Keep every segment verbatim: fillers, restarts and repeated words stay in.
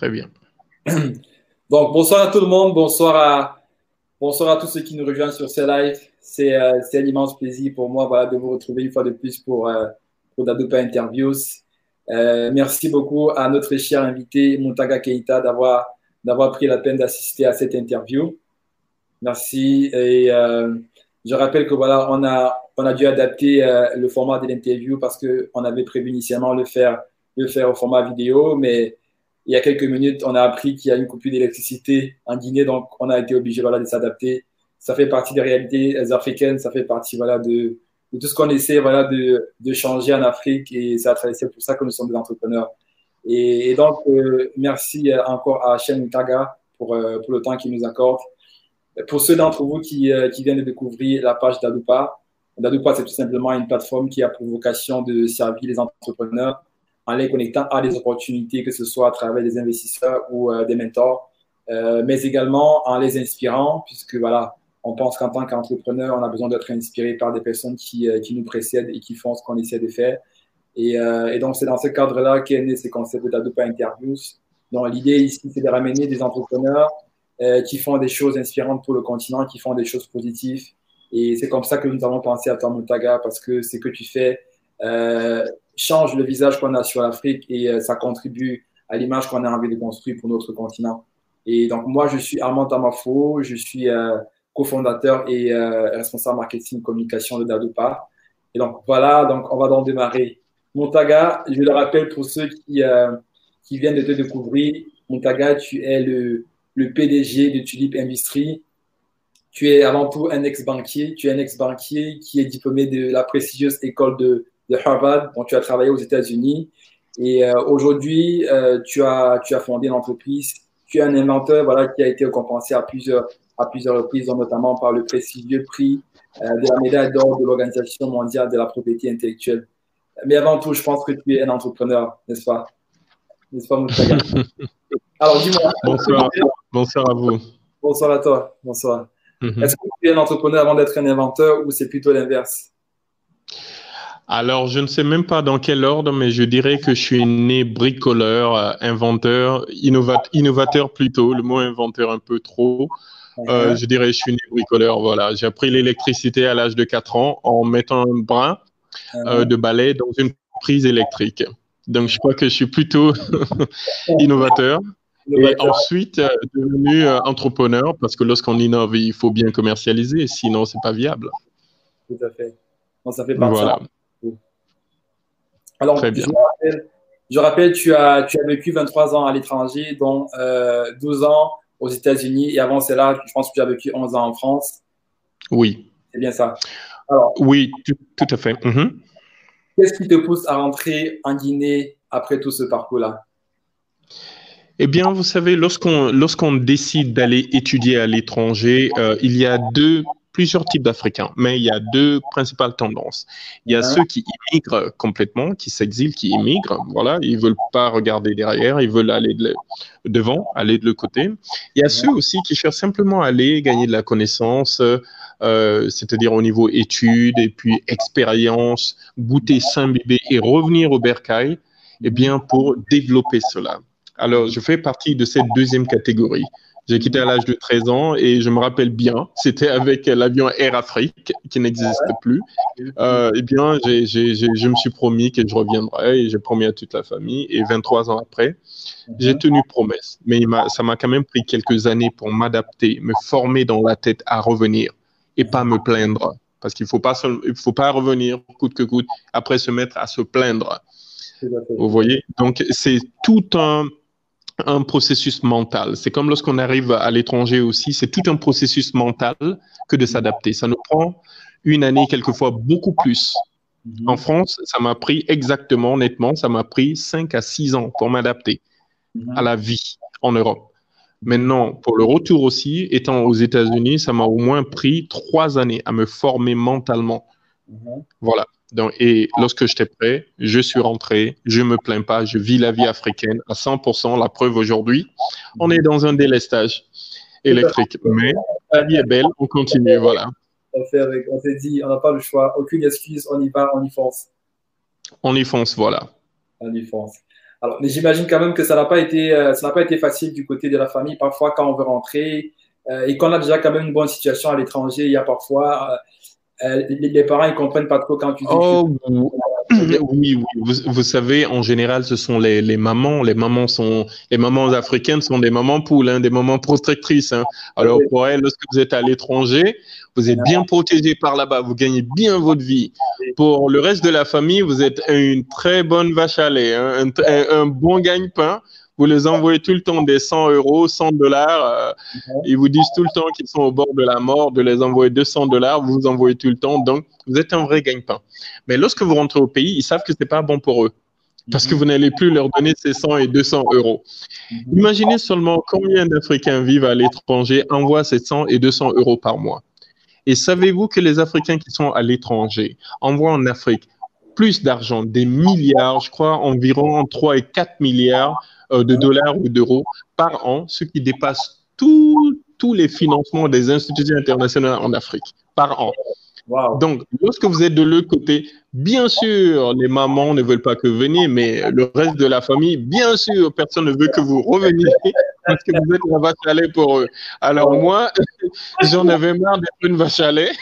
Très bien. Donc, bonsoir à tout le monde. Bonsoir à, bonsoir à tous ceux qui nous rejoignent sur ce live. C'est euh, c'est un immense plaisir pour moi voilà, de vous retrouver une fois de plus pour, euh, pour Dadopa Interviews. Euh, merci beaucoup à notre cher invité, Muntaga Keita, d'avoir d'avoir pris la peine d'assister à cette interview. Merci. Et euh, je rappelle que voilà, on a, on a dû adapter euh, le format de l'interview parce qu'on avait prévu initialement le faire, le faire au format vidéo, mais il y a quelques minutes, on a appris qu'il y a une coupure d'électricité en Guinée, donc on a été obligé voilà, de s'adapter. Ça fait partie des réalités africaines, ça fait partie voilà, de, de tout ce qu'on essaie voilà, de, de changer en Afrique et c'est pour ça que nous sommes des entrepreneurs. Et, et donc, euh, merci encore à Chen Muntaga pour, euh, pour le temps qu'il nous accorde. Pour ceux d'entre vous qui, euh, qui viennent de découvrir la page Dadopa, Dadopa, c'est tout simplement une plateforme qui a pour vocation de servir les entrepreneurs en les connectant à des opportunités, que ce soit à travers des investisseurs ou euh, des mentors, euh, mais également en les inspirant, puisque voilà, on pense qu'en tant qu'entrepreneur, on a besoin d'être inspiré par des personnes qui, euh, qui nous précèdent et qui font ce qu'on essaie de faire. Et, euh, et donc, c'est dans ce cadre-là qu'est né ce concept de Dadopa Interviews. Donc, l'idée ici, c'est de ramener des entrepreneurs euh, qui font des choses inspirantes pour le continent, qui font des choses positives. Et c'est comme ça que nous avons pensé à toi, Muntaga, parce que ce que tu fais euh, change le visage qu'on a sur l'Afrique et euh, ça contribue à l'image qu'on a envie de construire pour notre continent. Et donc, moi, je suis Armand Tamafo, je suis euh, cofondateur et euh, responsable marketing communication de Dadopa. Et donc, voilà, donc on va donc démarrer. Muntaga, je le rappelle pour ceux qui, euh, qui viennent de te découvrir, Muntaga, tu es le, le P D G de Tulip Industries. Tu es avant tout un ex-banquier. Tu es un ex-banquier qui est diplômé de la prestigieuse école de, de Harvard, dont tu as travaillé aux États-Unis. Et euh, aujourd'hui, euh, tu, as, tu as fondé une entreprise. Tu es un inventeur voilà, qui a été récompensé à plusieurs, à plusieurs reprises, notamment par le prestigieux prix euh, de la médaille d'or de l'Organisation mondiale de la propriété intellectuelle. Mais avant tout, je pense que tu es un entrepreneur, n'est-ce pas? N'est-ce pas, Muntaga? Alors, dis-moi. Bonsoir. Bonsoir à vous. Bonsoir à toi. Bonsoir. Mm-hmm. Est-ce que tu es un entrepreneur avant d'être un inventeur ou c'est plutôt l'inverse? Alors, je ne sais même pas dans quel ordre, mais je dirais que je suis né bricoleur, euh, inventeur, innova innovateur plutôt, le mot inventeur un peu trop. Uh-huh. euh, je dirais que je suis né bricoleur, voilà. J'ai appris l'électricité à l'âge de quatre ans en mettant un brin uh-huh. euh, de balai dans une prise électrique. Donc, je crois que je suis plutôt innovateur. Et ensuite, euh, devenu euh, entrepreneur, parce que lorsqu'on innove, il faut bien commercialiser, sinon, ce n'est pas viable. Tout à fait. Bon, ça fait partie. Voilà. Alors, je rappelle, je rappelle, tu as, tu as vécu vingt-trois ans à l'étranger, dont euh, douze ans aux États-Unis. Et avant cela, je pense que tu as vécu onze ans en France. Oui. C'est bien ça. Alors, oui, tout, tout à fait. Mm-hmm. Qu'est-ce qui te pousse à rentrer en Guinée après tout ce parcours-là? Eh bien, vous savez, lorsqu'on lorsqu'on décide d'aller étudier à l'étranger, euh, il y a deux, plusieurs types d'Africains, mais il y a deux principales tendances. Il y a ceux qui immigrent complètement, qui s'exilent, qui immigrent, voilà, ils veulent pas regarder derrière, ils veulent aller de devant, aller de l'autre côté. Il y a ceux aussi qui cherchent simplement à aller gagner de la connaissance, euh, c'est-à-dire au niveau études et puis expérience, goûter Saint-Bébé et revenir au bercail, eh bien, pour développer cela. Alors, je fais partie de cette deuxième catégorie. J'ai quitté à l'âge de treize ans et je me rappelle bien, c'était avec l'avion Air Afrique qui n'existe plus. Euh, eh bien, j'ai, j'ai, j'ai, je me suis promis que je reviendrais et j'ai promis à toute la famille. Et vingt-trois ans après, j'ai tenu promesse. Mais il m'a, ça m'a quand même pris quelques années pour m'adapter, me former dans la tête à revenir et pas me plaindre. Parce qu'il ne faut pas, il faut pas revenir coûte que coûte, après se mettre à se plaindre. Vous voyez? Donc, c'est tout un... un processus mental. C'est comme lorsqu'on arrive à l'étranger aussi, c'est tout un processus mental que de s'adapter. Ça nous prend une année, quelquefois beaucoup plus. Mm-hmm. En France, ça m'a pris exactement, honnêtement, ça m'a pris cinq à six ans pour m'adapter mm-hmm. à la vie en Europe. Maintenant, pour le retour aussi, étant aux États-Unis, ça m'a au moins pris trois années à me former mentalement. Mm-hmm. Voilà. Donc, et lorsque j'étais prêt, je suis rentré, je ne me plains pas, je vis la vie africaine à cent pour cent. La preuve aujourd'hui, on est dans un délestage électrique. Mais la vie est belle, on continue, voilà. On s'est dit, on n'a pas le choix, aucune excuse, on y va, on y fonce. On y fonce, voilà. On y fonce. Alors, mais j'imagine quand même que ça n'a pas été, euh, ça n'a pas été facile du côté de la famille. Parfois, quand on veut rentrer euh, et qu'on a déjà quand même une bonne situation à l'étranger, il y a parfois euh, euh, les, les parents ils comprennent pas trop quand tu dis que tu Oh, oui, oui. Vous, vous savez, en général, ce sont les, les mamans. Les mamans sont, les mamans africaines sont des mamans poules, hein, des mamans protectrices, hein. Alors, pour elles, lorsque vous êtes à l'étranger, vous êtes bien protégé par là-bas. Vous gagnez bien votre vie. Pour le reste de la famille, vous êtes une très bonne vache à lait, hein, un, un, un bon gagne-pain. Vous les envoyez tout le temps des cent euros, cent dollars. Euh, ils vous disent tout le temps qu'ils sont au bord de la mort, de les envoyer deux cents dollars. Vous vous envoyez tout le temps. Donc, vous êtes un vrai gagne-pain. Mais lorsque vous rentrez au pays, ils savent que ce n'est pas bon pour eux. Parce que vous n'allez plus leur donner ces cent et deux cents euros. Imaginez seulement combien d'Africains vivent à l'étranger, envoient ces cent et deux cents euros par mois. Et savez-vous que les Africains qui sont à l'étranger envoient en Afrique plus d'argent, des milliards, je crois environ trois et quatre milliards euh, de dollars ou d'euros par an, ce qui dépasse tous les financements des institutions internationales en Afrique par an. Wow. Donc, lorsque vous êtes de l'autre côté, bien sûr, les mamans ne veulent pas que vous veniez, mais le reste de la famille, bien sûr, personne ne veut que vous reveniez parce que vous êtes la vache à lait pour eux. Alors moi, j'en avais marre d'être une vache à lait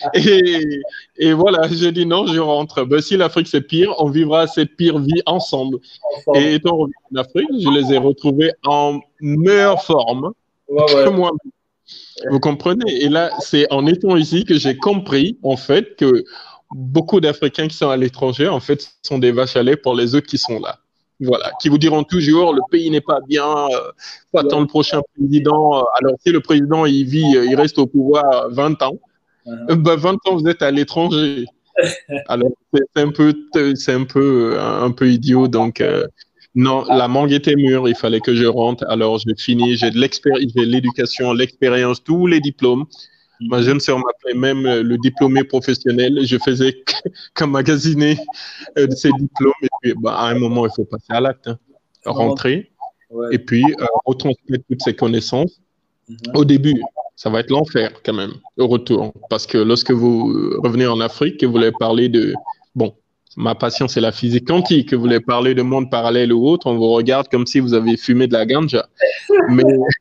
et, et voilà, j'ai dit non, je rentre. Ben, si l'Afrique c'est pire, on vivra cette pire vie ensemble. Et étant revenu en Afrique, je les ai retrouvés en meilleure forme ouais, que ouais. moi. Vous comprenez? Et là, c'est en étant ici que j'ai compris, en fait, que beaucoup d'Africains qui sont à l'étranger, en fait, sont des vaches à lait pour les autres qui sont là. Voilà, qui vous diront toujours, le pays n'est pas bien, euh, faut attendre le prochain président. Alors, si le président, il vit, il reste au pouvoir vingt ans, uh-huh. ben, vingt ans, vous êtes à l'étranger. Alors, c'est un peu, c'est un peu, un peu idiot, donc... Euh, non, la mangue était mûre, il fallait que je rentre. Alors, j'ai fini, j'ai de l'expérience, j'ai l'éducation, l'expérience, tous les diplômes. Mm-hmm. Ma jeune sœur m'appelait même le diplômé professionnel. Je faisais qu'emmagasiner euh, ces diplômes. Et puis, bah, à un moment, il faut passer à l'acte, hein. Rentrer ouais. et puis euh, retransmettre toutes ces connaissances. Mm-hmm. Au début, ça va être l'enfer quand même, au retour. Parce que lorsque vous revenez en Afrique et vous voulez parler de... Bon, ma passion, c'est la physique quantique. Vous voulez parler de monde parallèle ou autre, on vous regarde comme si vous avez fumé de la ganja. Mais,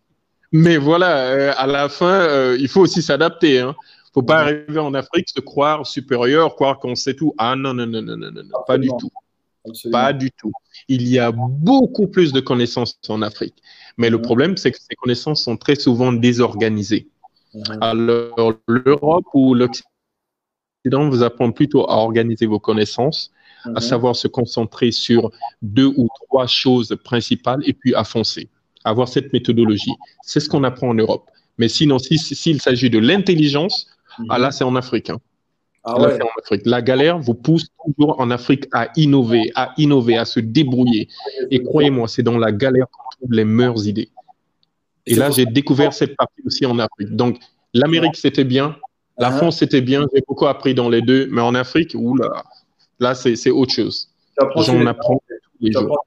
mais voilà, euh, à la fin, euh, il faut aussi s'adapter. Il hein. ne faut pas arriver en Afrique, se croire supérieur, croire qu'on sait tout. Ah non, non, non, non, non, non, non pas du tout. Absolument. Pas du tout. Il y a beaucoup plus de connaissances en Afrique. Mais mmh. le problème, c'est que ces connaissances sont très souvent désorganisées. Mmh. Alors, l'Europe ou l'Occident vous apprend plutôt à organiser vos connaissances, mmh. à savoir se concentrer sur deux ou trois choses principales et puis à foncer, avoir cette méthodologie. C'est ce qu'on apprend en Europe. Mais sinon, s'il si, si, s'agit de l'intelligence, mmh. ah là, c'est en Afrique. Hein. Ah là, ouais. c'est en Afrique. La galère vous pousse toujours en Afrique à innover, à innover, à se débrouiller. Et croyez-moi, c'est dans la galère qu'on trouve les meilleures idées. Et là, j'ai découvert cette partie aussi en Afrique. Donc, l'Amérique, c'était bien. La uh-huh. France, c'était bien, j'ai beaucoup appris dans les deux, mais en Afrique, oula, là, c'est, c'est autre chose. J'en apprends tous les jours.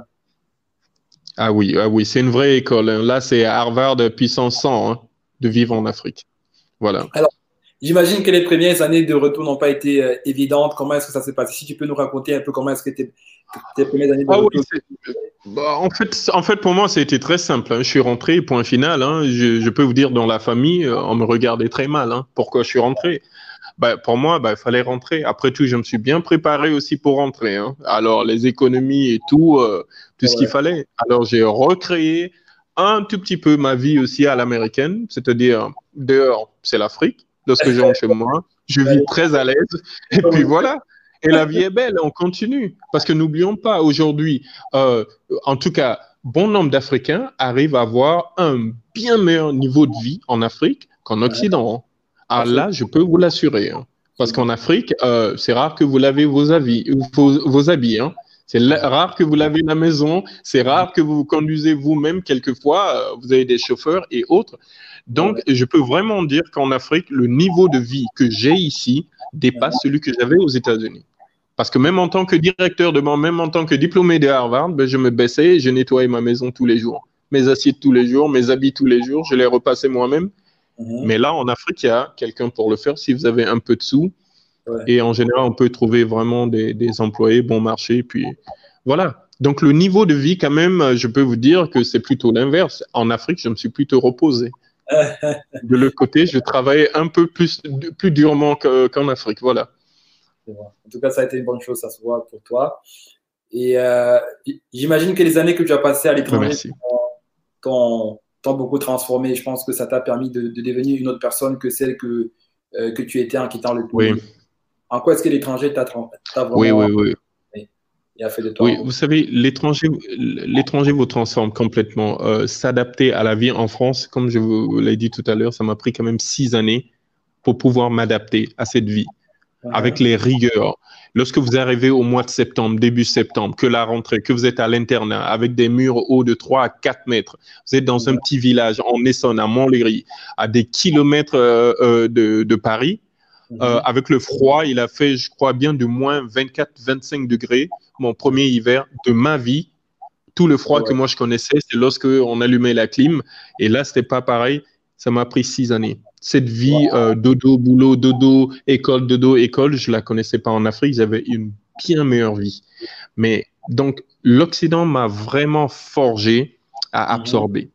Ah oui, ah oui, c'est une vraie école. Hein. Là, c'est Harvard puissance cent hein, de vivre en Afrique. Voilà. Alors, j'imagine que les premières années de retour n'ont pas été euh, évidentes. Comment est-ce que ça s'est passé? Si tu peux nous raconter un peu comment est-ce que tes, tes premières années de ah retour... Oui, bah, en, fait, en fait, pour moi, ça a été très simple. Hein. Je suis rentré, point final. Hein. Je, je peux vous dire, dans la famille, on me regardait très mal. Hein. Pourquoi je suis rentré? Bah, pour moi, bah, il fallait rentrer. Après tout, je me suis bien préparé aussi pour rentrer. Hein. Alors, les économies et tout, euh, tout ouais. ce qu'il fallait. Alors, j'ai recréé un tout petit peu ma vie aussi à l'américaine, c'est-à-dire dehors, c'est l'Afrique. Lorsque je rentre chez moi, je vis très à l'aise. Et puis voilà. Et la vie est belle, on continue. Parce que n'oublions pas, aujourd'hui, euh, en tout cas, bon nombre d'Africains arrivent à avoir un bien meilleur niveau de vie en Afrique qu'en Occident. Hein. Alors là, je peux vous l'assurer. Hein. Parce qu'en Afrique, euh, c'est rare que vous lavez vos, avis, vos, vos habits. Hein. C'est rare que vous lavez la maison. C'est rare que vous vous conduisez vous-même. Quelquefois, euh, vous avez des chauffeurs et autres. Donc, je peux vraiment dire qu'en Afrique, le niveau de vie que j'ai ici dépasse celui que j'avais aux États-Unis. Parce que même en tant que directeur de banque, même en tant que diplômé de Harvard, ben, je me baissais et je nettoyais ma maison tous les jours. Mes assiettes tous les jours, mes habits tous les jours, je les repassais moi-même. Mmh. Mais là, en Afrique, il y a quelqu'un pour le faire si vous avez un peu de sous. Ouais. Et en général, on peut trouver vraiment des, des employés bon marché. Puis voilà. Donc, le niveau de vie, quand même, je peux vous dire que c'est plutôt l'inverse. En Afrique, je me suis plutôt reposé. De l'autre côté, je travaillais un peu plus, plus durement qu'en Afrique. Voilà. Bon. En tout cas, ça a été une bonne chose, ça se voit pour toi. Et euh, j'imagine que les années que tu as passées à l'étranger t'ont beaucoup transformé. Je pense que ça t'a permis de, de devenir une autre personne que celle que, euh, que tu étais en quittant le pays. Oui. En quoi est-ce que l'étranger t'a vraiment oui, oui, oui. Et a fait de toi Oui, vous savez, l'étranger l'étranger vous transforme complètement. Euh, s'adapter à la vie en France, comme je vous l'ai dit tout à l'heure, ça m'a pris quand même six années pour pouvoir m'adapter à cette vie, uh-huh. avec les rigueurs. Lorsque vous arrivez au mois de septembre, début septembre, que la rentrée, que vous êtes à l'internat, avec des murs hauts de trois à quatre mètres, vous êtes dans uh-huh. un petit village en Essonne, à Montlhéry, à des kilomètres euh, euh, de, de Paris, uh-huh. euh, avec le froid, il a fait, je crois bien, de moins vingt-quatre à vingt-cinq degrés, mon premier hiver de ma vie. Tout le froid uh-huh. que moi je connaissais, c'est lorsque on allumait la clim, et là, c'était pas pareil, ça m'a pris six années. Cette vie, euh, dodo, boulot, dodo, école, dodo, école, je la connaissais pas en Afrique. J'avais une bien meilleure vie. Mais donc, l'Occident m'a vraiment forgé à absorber,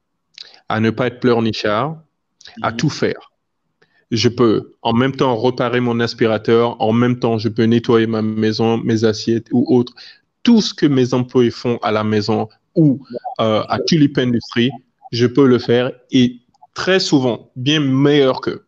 à ne pas être pleurnichard, à tout faire. Je peux en même temps réparer mon aspirateur, en même temps, je peux nettoyer ma maison, mes assiettes ou autre. Tout ce que mes employés font à la maison ou euh, à Tulip Industries, je peux le faire et très souvent, bien meilleur qu'eux.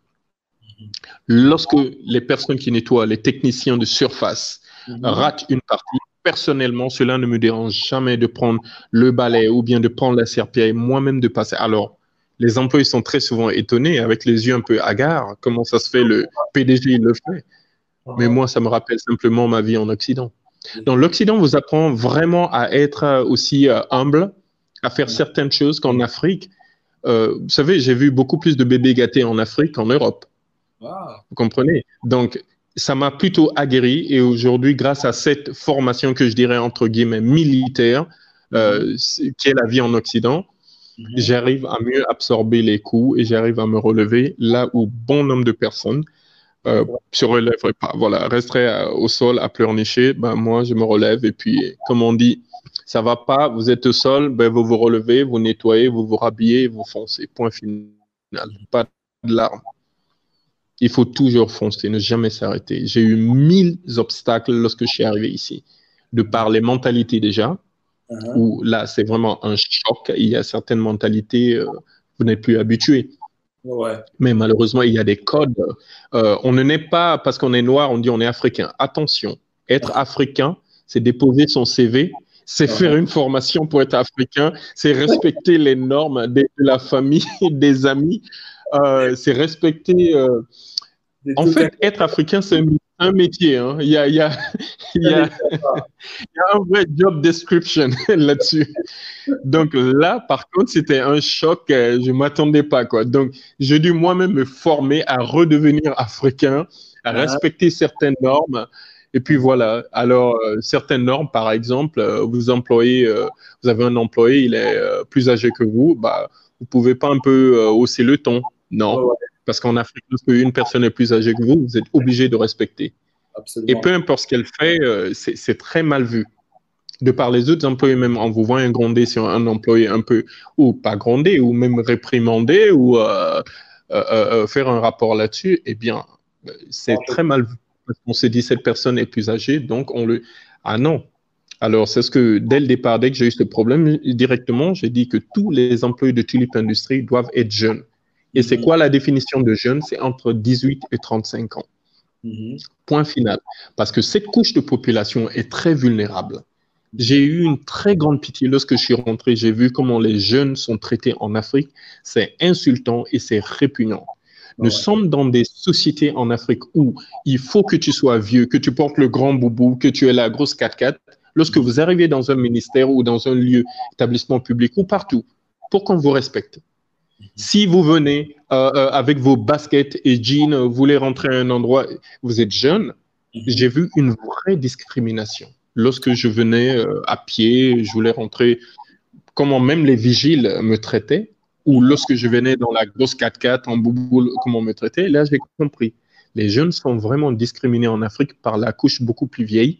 Lorsque les personnes qui nettoient, les techniciens de surface, mm-hmm. ratent une partie, personnellement, cela ne me dérange jamais de prendre le balai ou bien de prendre la serpillière et moi-même de passer. Alors, les employés sont très souvent étonnés, avec les yeux un peu hagards, comment ça se fait, le P D G, il le fait. Mm-hmm. Mais moi, ça me rappelle simplement ma vie en Occident. Donc, l'Occident vous apprend vraiment à être aussi euh, humble, à faire mm-hmm. certaines choses qu'en Afrique. Euh, vous savez, j'ai vu beaucoup plus de bébés gâtés en Afrique qu'en Europe. Wow. Vous comprenez? Donc, ça m'a plutôt aguerri et aujourd'hui, grâce à cette formation que je dirais entre guillemets militaire, mm-hmm. euh, qui est la vie en Occident, mm-hmm. j'arrive à mieux absorber les coups et j'arrive à me relever là où bon nombre de personnes euh, se relèveraient pas. Voilà, resteraient à, au sol à pleurnicher. Ben, moi, je me relève et puis, comme on dit, ça va pas, vous êtes au sol, ben vous vous relevez, vous nettoyez, vous vous rhabillez, vous foncez. Point final. Pas de larmes. Il faut toujours foncer, ne jamais s'arrêter. J'ai eu mille obstacles lorsque je suis arrivé ici. De par les mentalités déjà, uh-huh. où là, c'est vraiment un choc. Il y a certaines mentalités, euh, vous n'êtes plus habitué. Ouais. Mais malheureusement, il y a des codes. Euh, on ne naît pas parce qu'on est noir, on dit on est africain. Attention, être uh-huh. africain, c'est déposer son C V. C'est uh-huh. faire une formation pour être africain, c'est respecter les normes de la famille, des amis, euh, c'est respecter... Euh... En fait, être africain, c'est un, un métier. Hein. Il, y a, il, y a, il, y a, il y a un vrai job description là-dessus. Donc là, par contre, c'était un choc, je ne m'attendais pas, quoi. Donc, j'ai dû moi-même me former à redevenir africain, à uh-huh. respecter certaines normes. Et puis voilà, alors euh, certaines normes, par exemple, euh, vous employez, euh, vous avez un employé, il est euh, plus âgé que vous, bah, vous pouvez pas un peu euh, hausser le ton, non, ouais, ouais. Parce qu'en Afrique, lorsque une personne est plus âgée que vous, vous êtes obligé de respecter. Absolument. Et peu importe ce qu'elle fait, euh, c'est très mal vu. De par les autres employés, même en vous voyant gronder sur un employé un peu, ou pas gronder, ou même réprimander, ou euh, euh, euh, faire un rapport là-dessus, eh bien, c'est très mal vu. Parce qu'on se dit, cette personne est plus âgée, donc on le... Ah non. Alors, c'est ce que, dès le départ, dès que j'ai eu ce problème, directement, j'ai dit que tous les employés de Tulip Industries doivent être jeunes. Et mm-hmm. c'est quoi la définition de jeune? C'est entre dix-huit et trente-cinq ans. Mm-hmm. Point final. Parce que cette couche de population est très vulnérable. J'ai eu une très grande pitié lorsque je suis rentré. J'ai vu comment les jeunes sont traités en Afrique. C'est insultant et c'est répugnant. Nous ouais. sommes dans des sociétés en Afrique où il faut que tu sois vieux, que tu portes le grand boubou, que tu aies la grosse quatre-quatre. Lorsque vous arrivez dans un ministère ou dans un lieu, établissement public ou partout, pour qu'on vous respecte. Mm-hmm. Si vous venez euh, euh, avec vos baskets et jeans, vous voulez rentrer à un endroit, vous êtes jeune, mm-hmm. j'ai vu une vraie discrimination. Lorsque je venais euh, à pied, je voulais rentrer, comment même les vigiles me traitaient. Ou lorsque je venais dans la grosse quatre-quatre en boubou, comment on me traitait, là, j'ai compris. Les jeunes sont vraiment discriminés en Afrique par la couche beaucoup plus vieille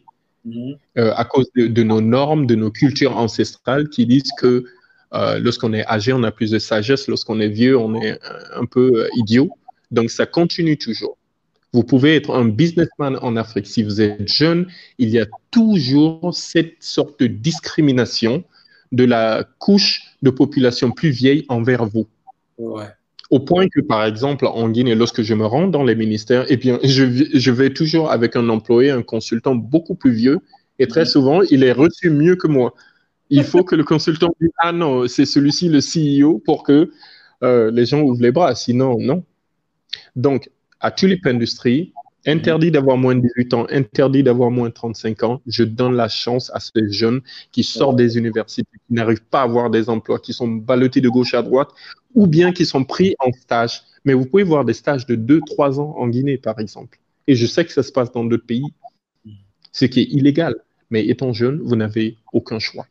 mmh. euh, à cause de, de nos normes, de nos cultures ancestrales qui disent que euh, lorsqu'on est âgé, on a plus de sagesse, lorsqu'on est vieux, on est un peu euh, idiot. Donc, ça continue toujours. Vous pouvez être un businessman en Afrique. Si vous êtes jeune, il y a toujours cette sorte de discrimination de la couche de population plus vieille envers vous. Ouais. Au point que, par exemple, en Guinée, lorsque je me rends dans les ministères, eh bien, je, je vais toujours avec un employé, un consultant beaucoup plus vieux, et très souvent, il est reçu mieux que moi. Il faut que le consultant dise « Ah non, c'est celui-ci le C E O » pour que euh, les gens ouvrent les bras. Sinon, non. Donc, à Tulip Industries, interdit d'avoir moins de dix-huit ans, interdit d'avoir moins de trente-cinq ans. Je donne la chance à ces jeunes qui sortent des universités, qui n'arrivent pas à avoir des emplois, qui sont ballottés de gauche à droite, ou bien qui sont pris en stage. Mais vous pouvez voir des stages de deux, trois ans en Guinée, par exemple. Et je sais que ça se passe dans d'autres pays, ce qui est illégal. Mais étant jeune, vous n'avez aucun choix.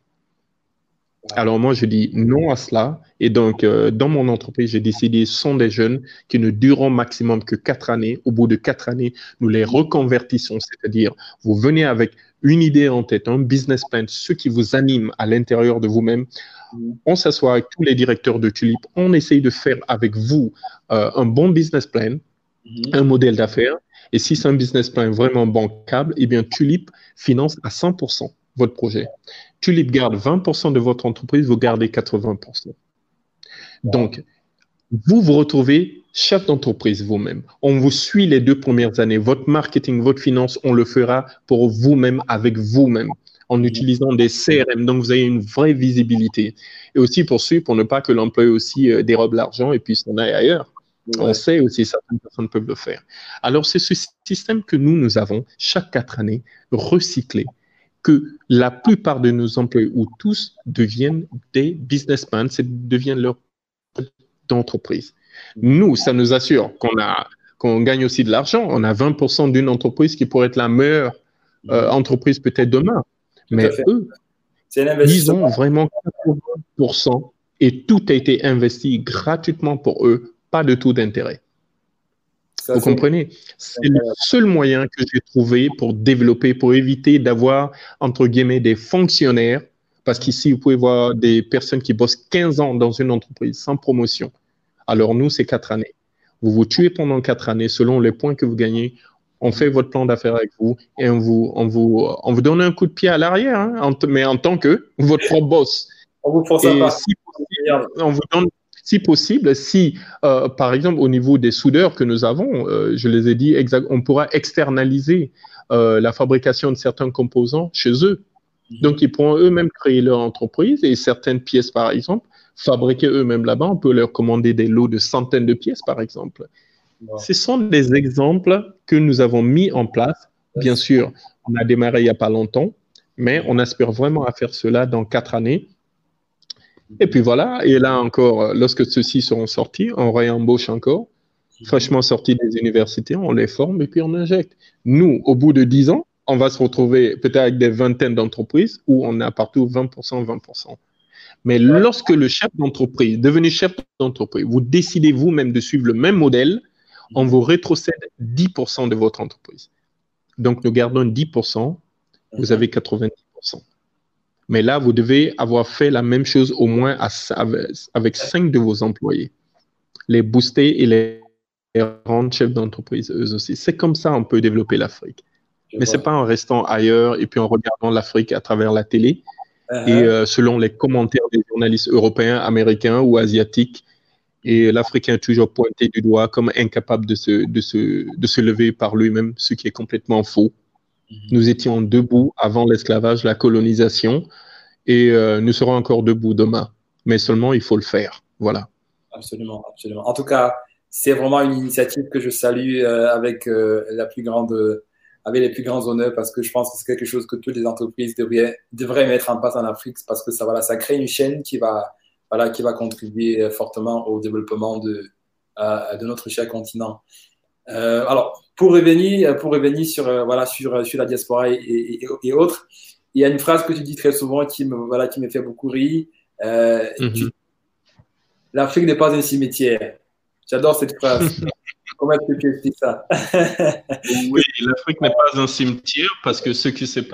Alors moi, je dis non à cela. Et donc, euh, dans mon entreprise, j'ai décidé, ce sont des jeunes qui ne dureront maximum que quatre années. Au bout de quatre années, nous les reconvertissons. C'est-à-dire, vous venez avec une idée en tête, un business plan, ce qui vous anime à l'intérieur de vous-même. On s'assoit avec tous les directeurs de Tulip. On essaye de faire avec vous euh, un bon business plan, un modèle d'affaires. Et si c'est un business plan vraiment bancable, eh bien, Tulip finance à cent pour cent votre projet. Tulip garde vingt pour cent de votre entreprise, vous gardez quatre-vingts pour cent. Donc, vous vous retrouvez chef d'entreprise vous-même. On vous suit les deux premières années. Votre marketing, votre finance, on le fera pour vous-même, avec vous-même, en utilisant des C R M. Donc, vous avez une vraie visibilité. Et aussi pour ceux, pour ne pas que l'employé aussi euh, dérobe l'argent et puis s'en aille ailleurs. Ouais. On sait aussi, certaines personnes peuvent le faire. Alors, c'est ce système que nous, nous avons chaque quatre années recyclé, que la plupart de nos employés ou tous deviennent des businessmen, deviennent leur d'entreprise. Nous, ça nous assure qu'on a, qu'on gagne aussi de l'argent. On a vingt pour cent d'une entreprise qui pourrait être la meilleure euh, entreprise peut-être demain. Tout Mais eux, ils ont vraiment quatre-vingts pour cent et tout a été investi gratuitement pour eux, pas de taux d'intérêt. Vous comprenez? C'est le seul moyen que j'ai trouvé pour développer, pour éviter d'avoir, entre guillemets, des fonctionnaires. Parce qu'ici, vous pouvez voir des personnes qui bossent quinze ans dans une entreprise sans promotion. Alors nous, c'est quatre années. Vous vous tuez pendant quatre années selon les points que vous gagnez. On fait votre plan d'affaires avec vous et on vous, on vous, on vous donne un coup de pied à l'arrière, hein, mais en tant que votre propre boss. On vous force pas. Si possible, on vous donne... Si possible, si, euh, par exemple, au niveau des soudeurs que nous avons, euh, je les ai dit, exact, on pourra externaliser euh, la fabrication de certains composants chez eux. Mm-hmm. Donc, ils pourront eux-mêmes créer leur entreprise et certaines pièces, par exemple, fabriquer eux-mêmes là-bas. On peut leur commander des lots de centaines de pièces, par exemple. Wow. Ce sont des exemples que nous avons mis en place. Bien sûr, on a démarré il n'y a pas longtemps, mais on aspire vraiment à faire cela dans quatre années. Et puis voilà, et là encore, lorsque ceux-ci seront sortis, on réembauche encore, fraîchement sortis des universités, on les forme et puis on injecte. Nous, au bout de dix ans, on va se retrouver peut-être avec des vingtaines d'entreprises où on a partout vingt pour cent, vingt pour cent. Mais lorsque le chef d'entreprise, devenu chef d'entreprise, vous décidez vous-même de suivre le même modèle, on vous rétrocède dix pour cent de votre entreprise. Donc, nous gardons dix pour cent, vous avez quatre-vingt-dix pour cent. Mais là, vous devez avoir fait la même chose au moins à, avec cinq de vos employés. Les booster et les rendre chefs d'entreprise eux aussi. C'est comme ça qu'on peut développer l'Afrique. Mais ce n'est pas en restant ailleurs et puis en regardant l'Afrique à travers la télé uh-huh. et euh, selon les commentaires des journalistes européens, américains ou asiatiques. Et l'Africain est toujours pointé du doigt comme incapable de se, de se, de se lever par lui-même, ce qui est complètement faux. Nous étions debout avant l'esclavage, la colonisation, et euh, nous serons encore debout demain. Mais seulement, il faut le faire. Voilà. Absolument, absolument. En tout cas, c'est vraiment une initiative que je salue euh, avec, euh, la plus grande, avec les plus grands honneurs parce que je pense que c'est quelque chose que toutes les entreprises devraient, devraient mettre en place en Afrique parce que ça, voilà, ça crée une chaîne qui va, voilà, qui va contribuer fortement au développement de, euh, de notre cher continent. Euh, alors, pour revenir, pour revenir sur, euh, voilà, sur, sur la diaspora et, et, et autres, il y a une phrase que tu dis très souvent qui me, voilà, qui me fait beaucoup rire. Euh, mm-hmm. tu, L'Afrique n'est pas un cimetière. J'adore cette phrase. Comment est-ce que tu expliques ça? Oui, l'Afrique n'est pas un cimetière parce que ceux qui ne savent pas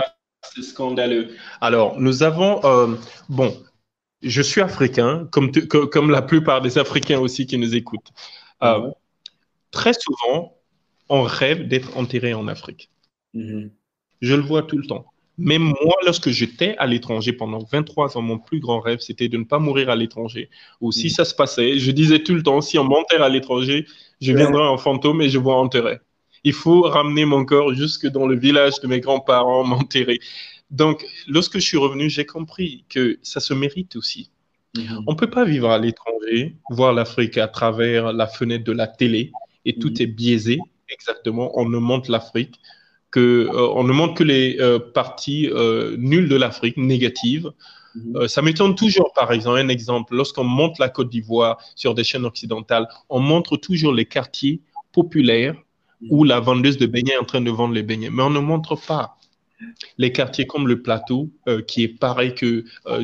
c'est scandaleux. Alors, nous avons, euh, bon, je suis africain, comme, tu- co- comme la plupart des Africains aussi qui nous écoutent. Euh, Uh-huh. Très souvent, on rêve d'être enterré en Afrique. Mhm. Je le vois tout le temps. Même moi, lorsque j'étais à l'étranger pendant vingt-trois ans, mon plus grand rêve, c'était de ne pas mourir à l'étranger. Ou si Mhm. ça se passait, je disais tout le temps, si on m'enterre à l'étranger, je Ouais. viendrai en fantôme et je vous enterrer. Il faut ramener mon corps jusque dans le village de mes grands-parents, m'enterrer. Donc, lorsque je suis revenu, j'ai compris que ça se mérite aussi. Mhm. On ne peut pas vivre à l'étranger, voir l'Afrique à travers la fenêtre de la télé et Mhm. tout est biaisé. Exactement, on ne montre l'Afrique que, euh, on ne montre que les euh, parties euh, nulles de l'Afrique, négatives. Mhm. Euh, ça m'étonne toujours, par exemple, un exemple, lorsqu'on monte la Côte d'Ivoire sur des chaînes occidentales, on montre toujours les quartiers populaires où Mhm. la vendeuse de beignets est en train de vendre les beignets. Mais on ne montre pas les quartiers comme le Plateau, euh, qui est pareil que euh,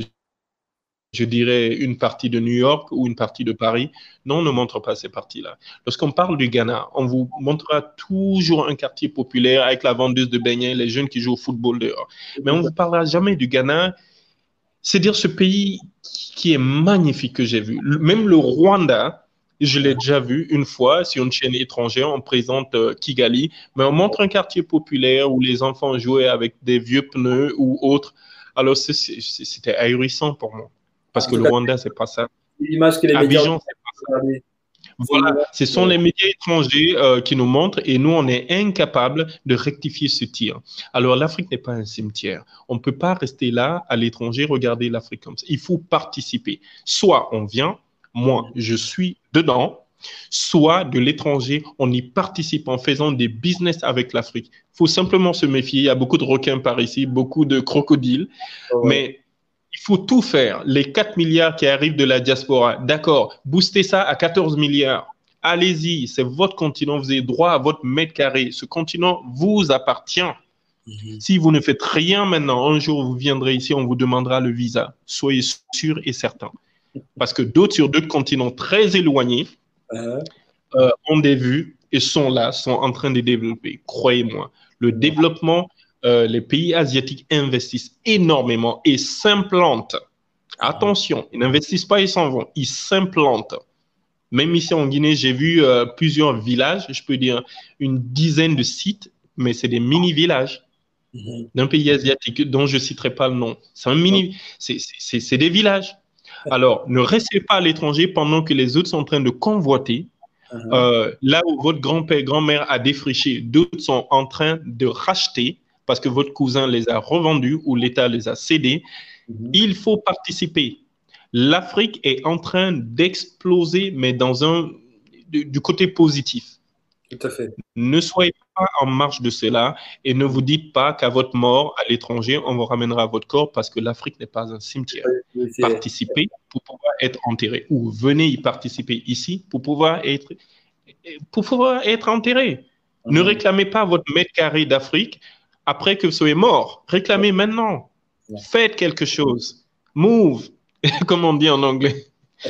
je dirais, une partie de New York ou une partie de Paris. Non, on ne montre pas ces parties-là. Lorsqu'on parle du Ghana, on vous montrera toujours un quartier populaire avec la vendeuse de beignets, les jeunes qui jouent au football dehors. Mais on ne vous parlera jamais du Ghana. C'est dire ce pays qui est magnifique que j'ai vu. Même le Rwanda, je l'ai déjà vu une fois sur une chaîne étrangère. On présente euh, Kigali, mais on montre un quartier populaire où les enfants jouaient avec des vieux pneus ou autres. Alors, c'est- c'est- c'était ahurissant pour moi. Parce En que tout le cas, Rwanda, c'est pas ça. c'est l'image que les médias ont Abidjan, c'est pas ça. regardée. C'est une Voilà, image ce sont que- les médias étrangers euh, qui nous montrent et nous, on est incapables de rectifier ce tir. Alors, l'Afrique n'est pas un cimetière. On ne peut pas rester là, à l'étranger, regarder l'Afrique comme ça. Il faut participer. Soit on vient, moi, je suis dedans, soit de l'étranger, on y participe en faisant des business avec l'Afrique. Il faut simplement se méfier. Il y a beaucoup de requins par ici, beaucoup de crocodiles, Ouais. mais il faut tout faire. Les quatre milliards qui arrivent de la diaspora, d'accord, boostez ça à quatorze milliards. Allez-y, c'est votre continent, vous avez droit à votre mètre carré. Ce continent vous appartient. Mhm. Si vous ne faites rien maintenant, un jour vous viendrez ici, on vous demandera le visa. Soyez sûr et certain. Parce que d'autres sur d'autres continents très éloignés Uh-huh. euh, ont des vues et sont là, sont en train de développer. Croyez-moi, le Ouais. développement, euh, les pays asiatiques investissent énormément et s'implantent. Attention, ils n'investissent pas, ils s'en vont, ils s'implantent. Même ici en Guinée, j'ai vu euh, plusieurs villages, je peux dire une dizaine de sites, mais c'est des mini-villages Mhm. d'un pays asiatique dont je ne citerai pas le nom. C'est un mini, c'est, c'est, c'est des villages. Alors, ne restez pas à l'étranger pendant que les autres sont en train de convoiter. Uh-huh. Euh, là où votre grand-père, grand-mère a défriché, d'autres sont en train de racheter parce que votre cousin les a revendus ou l'État les a cédés. Mhm. Il faut participer. L'Afrique est en train d'exploser, mais dans un du, du côté positif. Tout à fait. Ne soyez pas en marge de cela et ne vous dites pas qu'à votre mort à l'étranger, on vous ramènera votre corps parce que l'Afrique n'est pas un cimetière. C'est- Participez pour pouvoir être enterré ou venez y participer ici pour pouvoir être, pour pouvoir être enterré. Ne Mhm. réclamez pas votre mètre carré d'Afrique après que vous soyez mort. Réclamez maintenant. Ouais. Faites quelque chose. Move, comme on dit en anglais.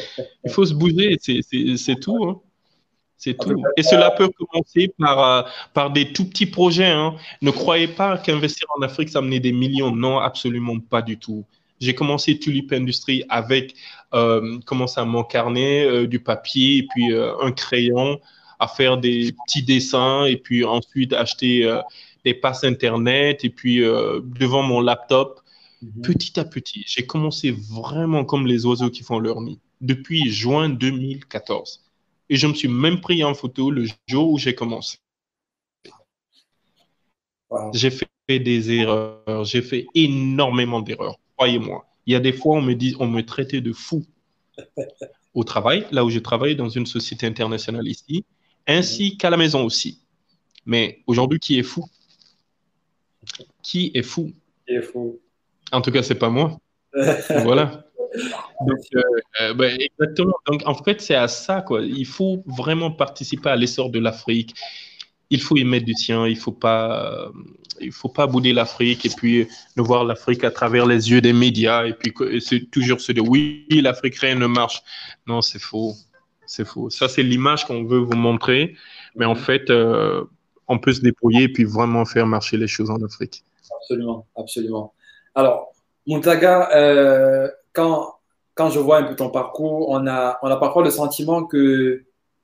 Il faut se bouger, c'est, c'est, c'est tout. Hein. C'est En tout tout. cas, Et cela peut commencer par, euh, par des tout petits projets. Hein. Ne croyez pas qu'investir en Afrique, ça menait des millions. Non, absolument pas du tout. J'ai commencé Tulip Industries avec, euh, commencé à m'encarner euh, du papier et puis euh, un crayon, à faire des petits dessins et puis ensuite acheter euh, des passes Internet et puis euh, devant mon laptop. mhm. Petit à petit, j'ai commencé vraiment comme les oiseaux qui font leur nid depuis juin deux mille quatorze. Et je me suis même pris en photo le jour où j'ai commencé. Wow. J'ai fait des erreurs, j'ai fait énormément d'erreurs, croyez-moi. Il y a des fois, on me dit, on me traitait de fou au travail, là où je travaille dans une société internationale ici, Mhm. ainsi qu'à la maison aussi. Mais aujourd'hui, qui est fou? Qui est fou? Il faut. En tout cas, c'est pas moi. Voilà. Donc, euh, euh, ben, exactement. Donc, en fait, c'est à ça, quoi. Il faut vraiment participer à l'essor de l'Afrique. Il faut y mettre du sien. Il faut pas, euh, il faut pas bouder l'Afrique et puis ne voir l'Afrique à travers les yeux des médias et puis que- et c'est toujours se dire oui, l'Afrique rien ne marche. Non, c'est faux. C'est faux. Ça, c'est l'image qu'on veut vous montrer. Mais en Mhm. fait, euh, on peut se débrouiller et puis vraiment faire marcher les choses en Afrique. Absolument, absolument. Alors, Muntaga, euh, quand, quand je vois un peu ton parcours, on a, on a parfois le sentiment que,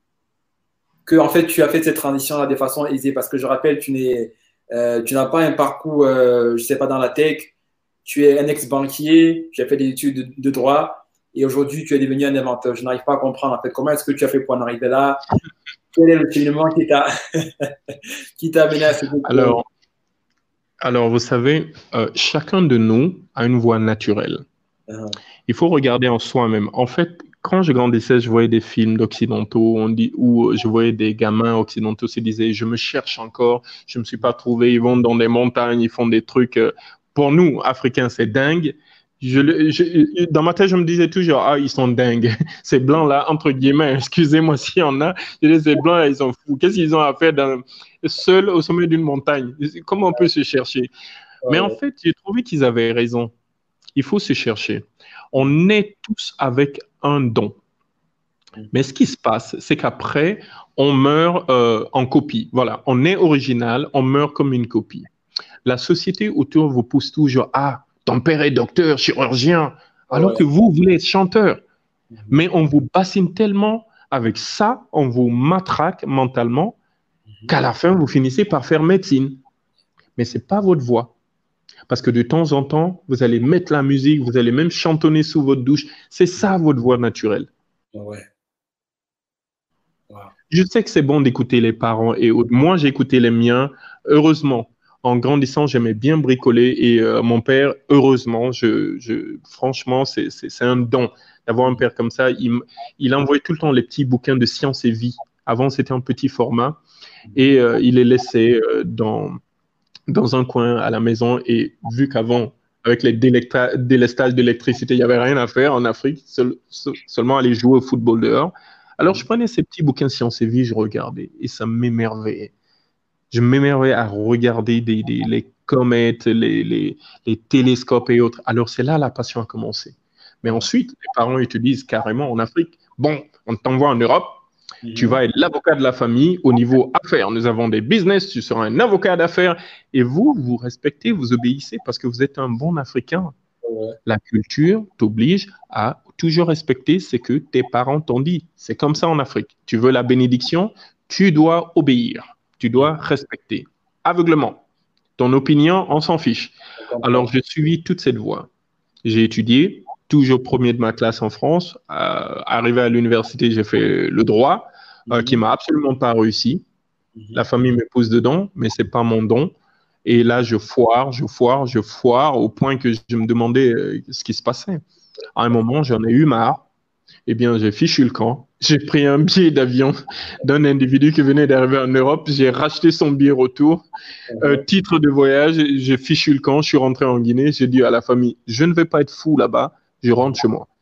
que en fait, tu as fait cette transition-là de façon aisée. Parce que je rappelle, tu n'es, euh, tu n'as pas un parcours, euh, je sais pas, dans la tech. Tu es un ex-banquier, tu as fait des études de, de droit et aujourd'hui, tu es devenu un inventeur. Je n'arrive pas à comprendre, en fait, comment est-ce que tu as fait pour en arriver là? Quel est le cheminement qui t'a qui t'a amené à ce Alors, alors vous savez, euh, chacun de nous a une voix naturelle. uh-huh. Il faut regarder en soi-même. En fait, quand je grandissais, je voyais des films d'occidentaux, on dit, où je voyais des gamins occidentaux se disaient, je me cherche encore, je me suis pas trouvé, ils vont dans des montagnes, ils font des trucs. euh, Pour nous, Africains, c'est dingue. Je, le- je- dans ma tête, je me disais toujours, ah, ils sont dingues. Ces blancs-là, entre guillemets, excusez-moi s'il y en a, je disais, ces blancs-là, ils sont fous. Qu'est-ce qu'ils ont à faire dans, seuls au sommet d'une montagne? Comment on peut se chercher? Mais en Ouais, fait, j'ai trouvé qu'ils avaient raison. Il faut se chercher. On est tous avec un don. Mais ce qui se passe, c'est qu'après, on meurt euh, en copie. Voilà, on est original, on meurt comme une copie. La société autour vous pousse toujours, ah, ton père est docteur, chirurgien, alors ouais. que vous voulez être chanteur. Mhm. Mais on vous bassine tellement avec ça, on vous matraque mentalement, Mhm. qu'à la fin, vous finissez par faire médecine. Mais ce n'est pas votre voix. Parce que de temps en temps, vous allez mettre la musique, vous allez même chantonner sous votre douche. C'est ça votre voix naturelle. Ouais. Wow. Je sais que c'est bon d'écouter les parents et autres. Moi, j'ai écouté les miens. Heureusement, en grandissant, j'aimais bien bricoler et euh, mon père, heureusement, je, je, franchement, c'est, c'est, c'est un don d'avoir un père comme ça. Il, m- il envoyait tout le temps les petits bouquins de sciences et vie. Avant, c'était un petit format et euh, il les laissait euh, dans, dans un coin à la maison. Et vu qu'avant, avec les délecta- délestages d'électricité, il n'y avait rien à faire en Afrique, seul- se- seulement aller jouer au football dehors. Alors, je prenais ces petits bouquins Sciences et Vie, je regardais et ça m'émerveillait. Je m'émerveillais à regarder des, des- les comètes, les, les- les télescopes et autres. Alors, c'est là la passion a commencé. Mais Ouais. ensuite, les parents ils te disent carrément en Afrique, bon, on t'envoie en Europe, tu Mhm. vas être l'avocat de la famille au niveau affaires. Nous avons des business, tu seras un avocat d'affaires. Et vous, vous respectez, vous obéissez parce que vous êtes un bon Africain. Ouais. La culture t'oblige à toujours respecter ce que tes parents t'ont dit. C'est comme ça en Afrique. Tu veux la bénédiction, tu dois obéir, tu Mhm. dois respecter aveuglement. Ton opinion, on s'en fiche. Je Alors, comprends. j'ai suivi toute cette voie. J'ai étudié, toujours premier de ma classe en France. Euh, arrivé à l'université, j'ai fait le droit, euh, qui Mhm. m'a absolument pas réussi. La Mhm. famille me pousse dedans, mais c'est pas mon don. Et là, je foire, je foire, je foire, au point que je me demandais euh, ce qui se passait. À un moment, j'en ai eu marre. Eh bien, j'ai fichu le camp. J'ai pris un billet d'avion d'un individu qui venait d'arriver en Europe. J'ai racheté son billet retour. Euh, Mhm. titre de voyage, j'ai fichu le camp. Je suis rentré en Guinée. J'ai dit à la famille, je ne vais pas être fou là-bas. Je rentre chez moi.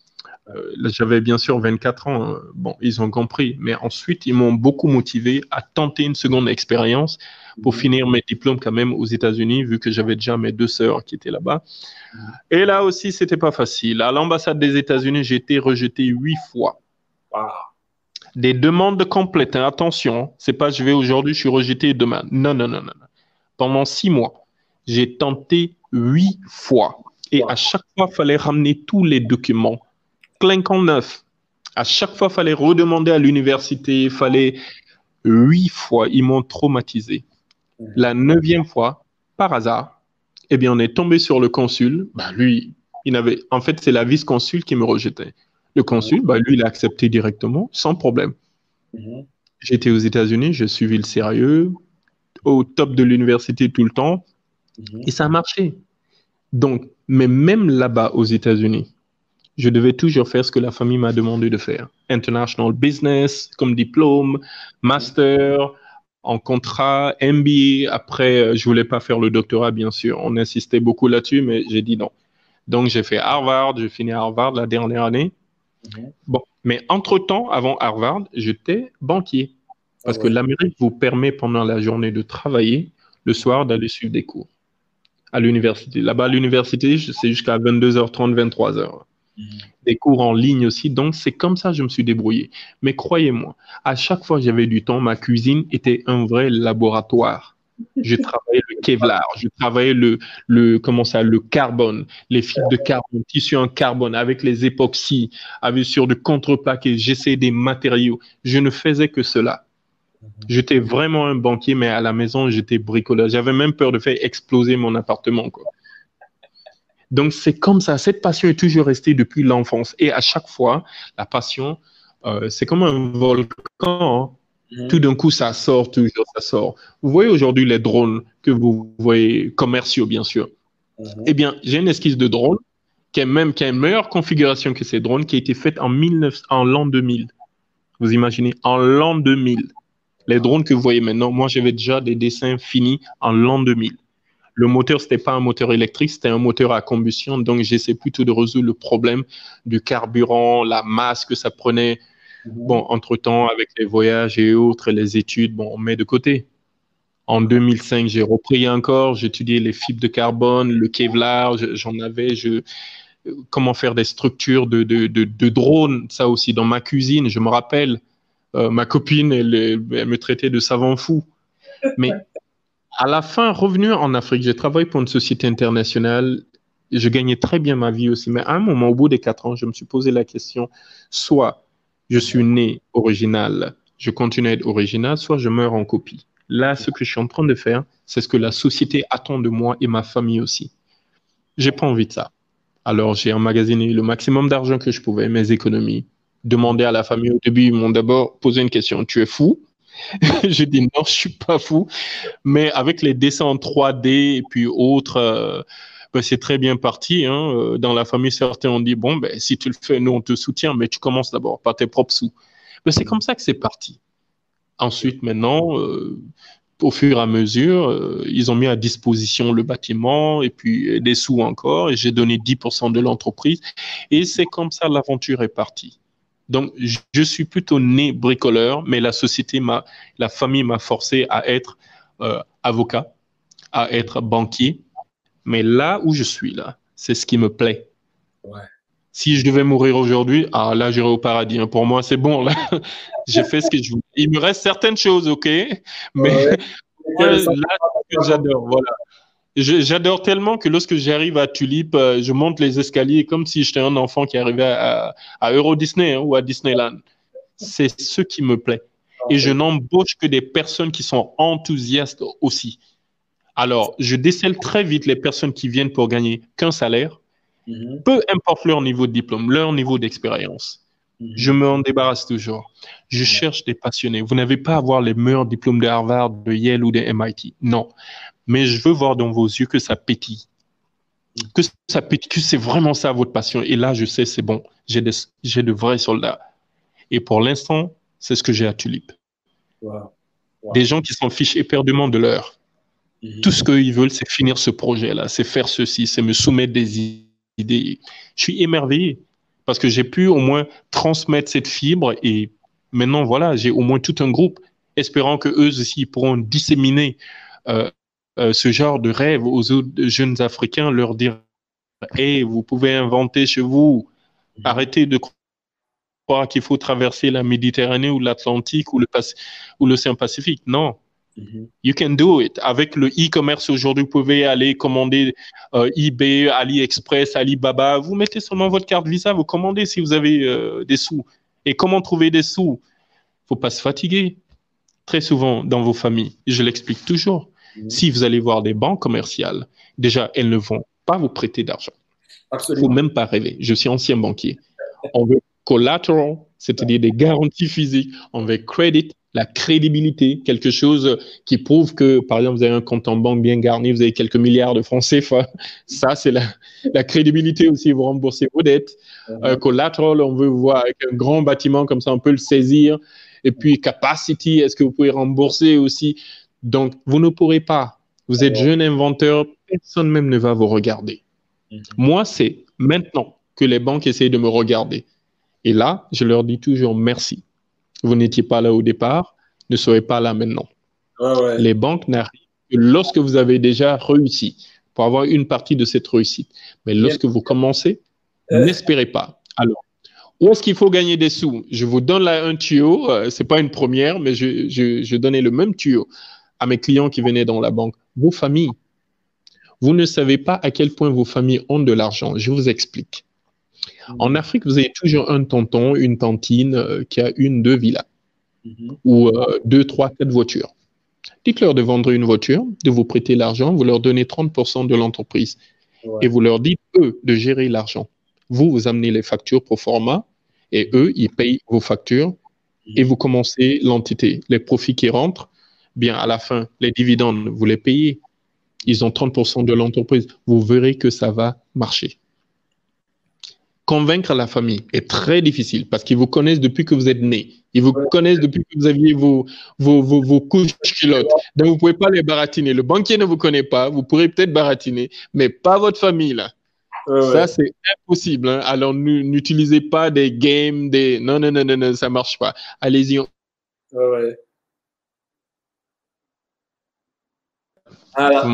Euh, là, j'avais bien sûr vingt-quatre ans. hein. Bon, ils ont compris. Mais ensuite, ils m'ont beaucoup motivé à tenter une seconde expérience pour Mhm. finir mes diplômes quand même aux États-Unis, vu que j'avais déjà mes deux sœurs qui étaient là-bas. Mhm. Et là aussi, c'était pas facile. À l'ambassade des États-Unis, j'ai été rejeté huit fois. Wow. Des demandes complètes. hein. Attention, c'est pas je vais aujourd'hui, je suis rejeté demain. Non, non, non, non. non. Pendant six mois, j'ai tenté huit fois. Et à Wow. chaque fois, il fallait ramener tous les documents clinquant neuf. À chaque fois, il fallait redemander à l'université. Il fallait huit fois. Ils m'ont traumatisé. Mhm. La neuvième fois, par hasard, eh bien, on est tombé sur le consul. Bah, lui, il avait, en fait, c'est la vice-consul qui me rejetait. Le Mhm. consul, bah, lui, il a accepté directement, sans problème. Mhm. J'étais aux États-Unis, j'ai suivi le sérieux, au top de l'université tout le temps, et Mhm. ça a marché. Donc, mais même là-bas aux États-Unis, je devais toujours faire ce que la famille m'a demandé de faire. International business, comme diplôme, master, en contrat, M B A. Après, euh, je voulais pas faire le doctorat, bien sûr. On insistait beaucoup là-dessus, mais j'ai dit non. Donc, j'ai fait Harvard, j'ai fini Harvard la dernière année. Mhm. Bon, mais entre-temps, avant Harvard, j'étais banquier. Ah Parce que ouais. l'Amérique vous permet pendant la journée de travailler, le soir d'aller suivre des cours à l'université. Là-bas, à l'université, c'est jusqu'à vingt-deux heures trente, vingt-trois heures. Mhm. Des cours en ligne aussi. Donc, c'est comme ça que je me suis débrouillé. Mais croyez-moi, à chaque fois que j'avais du temps, ma cuisine était un vrai laboratoire. Je travaillais le Kevlar, je travaillais le, le, comment ça, le carbone, les fibres de carbone, tissu en carbone, avec les époxys, avec sur de contreplaqué. J'essayais des matériaux. Je ne faisais que cela. J'étais vraiment un banquier, mais à la maison, j'étais bricoleur. J'avais même peur de faire exploser mon appartement, quoi. Donc, c'est comme ça. Cette passion est toujours restée depuis l'enfance. Et à chaque fois, la passion, euh, c'est comme un volcan, hein. Mmh. Tout d'un coup, ça sort, toujours, ça sort. Vous voyez aujourd'hui les drones que vous voyez, commerciaux, bien sûr. Mmh. Eh bien, j'ai une esquisse de drone qui, est même, qui a une meilleure configuration que ces drones, qui a été faite en, mille neuf cents, en l'an deux mille. Vous imaginez, en l'an deux mille. Les drones que vous voyez maintenant, moi, j'avais déjà des dessins finis en l'an deux mille. Le moteur, ce n'était pas un moteur électrique, c'était un moteur à combustion. Donc, j'essaie plutôt de résoudre le problème du carburant, la masse que ça prenait. Bon, entre-temps, avec les voyages et autres, les études, bon, on met de côté. En deux mille cinq, j'ai repris encore, j'étudiais les fibres de carbone, le Kevlar, j'en avais, je, comment faire des structures de, de, de, de drones, ça aussi, dans ma cuisine, je me rappelle. Euh, ma copine, elle, elle me traitait de savant fou. Mais à la fin, revenu en Afrique, j'ai travaillé pour une société internationale. Je gagnais très bien ma vie aussi. Mais à un moment, au bout des quatre ans, je me suis posé la question, soit je suis né original, je continue à être original, soit je meurs en copie. Là, ce que je suis en train de faire, c'est ce que la société attend de moi et ma famille aussi. J'ai pas envie de ça. Alors, j'ai emmagasiné le maximum d'argent que je pouvais, mes économies. Demandé à la famille au début, ils m'ont d'abord posé une question. Tu es fou? J'ai dit non, je suis pas fou. Mais avec les dessins en trois D et puis autres, euh, ben c'est très bien parti. Hein. Dans la famille, certains ont dit, bon, ben, si tu le fais, nous, on te soutient, mais tu commences d'abord par tes propres sous. Ben, c'est comme ça que c'est parti. Ensuite, maintenant, euh, au fur et à mesure, euh, ils ont mis à disposition le bâtiment et puis des sous encore. Et j'ai donné dix pour cent de l'entreprise. Et c'est comme ça l'aventure est partie. Donc, je suis plutôt né bricoleur, mais la société m'a, la famille m'a forcé à être euh, avocat, à être banquier. Mais là où je suis là, c'est ce qui me plaît. Ouais. Si je devais mourir aujourd'hui, ah là, j'irais au paradis. Hein. Pour moi, c'est bon. Là, j'ai fait ce que je voulais. Il me reste certaines choses, ok, mais ouais. Moi, là, j'adore. Voilà. Je, j'adore tellement que lorsque j'arrive à Tulip, euh, je monte les escaliers comme si j'étais un enfant qui arrivait à, à Euro Disney hein, ou à Disneyland. C'est ce qui me plaît. Et je n'embauche que des personnes qui sont enthousiastes aussi. Alors, je décèle très vite les personnes qui viennent pour gagner qu'un salaire, mm-hmm. peu importe leur niveau de diplôme, leur niveau d'expérience. Mm-hmm. Je m'en débarrasse toujours. Je mm-hmm. cherche des passionnés. Vous n'avez pas à avoir les meilleurs diplômes de Harvard, de Yale ou de M I T. Non. Mais je veux voir dans vos yeux que ça pétille. Que ça pétille, que c'est vraiment ça votre passion. Et là, je sais, c'est bon. J'ai, des, j'ai de vrais soldats. Et pour l'instant, c'est ce que j'ai à Tulip. Wow. Wow. Des gens qui s'en fichent éperdument de l'heure. Mm-hmm. Tout ce qu'ils veulent, c'est finir ce projet-là, c'est faire ceci, c'est me soumettre des idées. Je suis émerveillé parce que j'ai pu au moins transmettre cette fibre et maintenant, voilà, j'ai au moins tout un groupe, espérant que eux aussi pourront disséminer euh, euh, ce genre de rêve aux autres jeunes Africains, leur dire hey, vous pouvez inventer chez vous, mm-hmm. arrêtez de croire qu'il faut traverser la Méditerranée ou l'Atlantique ou, le Pac- ou l'océan Pacifique. Non. Mm-hmm. You can do it. Avec le e-commerce aujourd'hui, vous pouvez aller commander euh, eBay, AliExpress, Alibaba. Vous mettez seulement votre carte Visa, vous commandez si vous avez euh, des sous. Et comment trouver des sous? Il ne faut pas se fatiguer. Très souvent dans vos familles, je l'explique toujours. Mm-hmm. Si vous allez voir des banques commerciales, déjà, elles ne vont pas vous prêter d'argent. Absolument. Il ne faut même pas rêver. Je suis ancien banquier. On veut collateral, c'est-à-dire des garanties physiques. On veut credit, la crédibilité, quelque chose qui prouve que, par exemple, vous avez un compte en banque bien garni, vous avez quelques milliards de francs C F A. Ça, c'est la, la crédibilité aussi, vous remboursez vos dettes. Mm-hmm. Euh, collateral, on veut vous voir avec un grand bâtiment, comme ça, on peut le saisir. Et puis, capacity, est-ce que vous pouvez rembourser aussi? Donc, vous ne pourrez pas. Vous êtes jeune inventeur, personne même ne va vous regarder. Mm-hmm. Moi, c'est maintenant que les banques essayent de me regarder. Et là, je leur dis toujours merci. Vous n'étiez pas là au départ, ne serez pas là maintenant. Ouais, ouais. Les banques n'arrivent que lorsque vous avez déjà réussi, pour avoir une partie de cette réussite. Mais lorsque vous commencez, euh... n'espérez pas. Alors, où est-ce qu'il faut gagner des sous? Je vous donne là un tuyau, euh, ce n'est pas une première, mais je, je, je donnais le même tuyau. à mes clients qui venaient dans la banque, vos familles. Vous ne savez pas à quel point vos familles ont de l'argent. Je vous explique. Mm-hmm. En Afrique, vous avez toujours un tonton, une tantine euh, qui a une, deux villas mm-hmm. ou euh, deux, trois, quatre voitures. Dites-leur de vendre une voiture, de vous prêter l'argent, vous leur donnez trente pour cent de l'entreprise ouais. et vous leur dites, eux, de gérer l'argent. Vous, vous amenez les factures pro forma et eux, ils payent vos factures mm-hmm. et vous commencez l'entité. Les profits qui rentrent, bien à la fin, les dividendes, vous les payez. Ils ont trente pour cent de l'entreprise. Vous verrez que ça va marcher. Convaincre la famille est très difficile parce qu'ils vous connaissent depuis que vous êtes né. Ils vous ouais. connaissent depuis que vous aviez vos, vos, vos, vos couches culottes. Donc, vous ne pouvez pas les baratiner. Le banquier ne vous connaît pas. Vous pourrez peut-être baratiner, mais pas votre famille, là. Ouais, ça, ouais. c'est impossible. Hein. Alors, n'utilisez pas des games, des... Non, non, non, non, non ça ne marche pas. Allez-y. On... Ouais, ouais. Ah,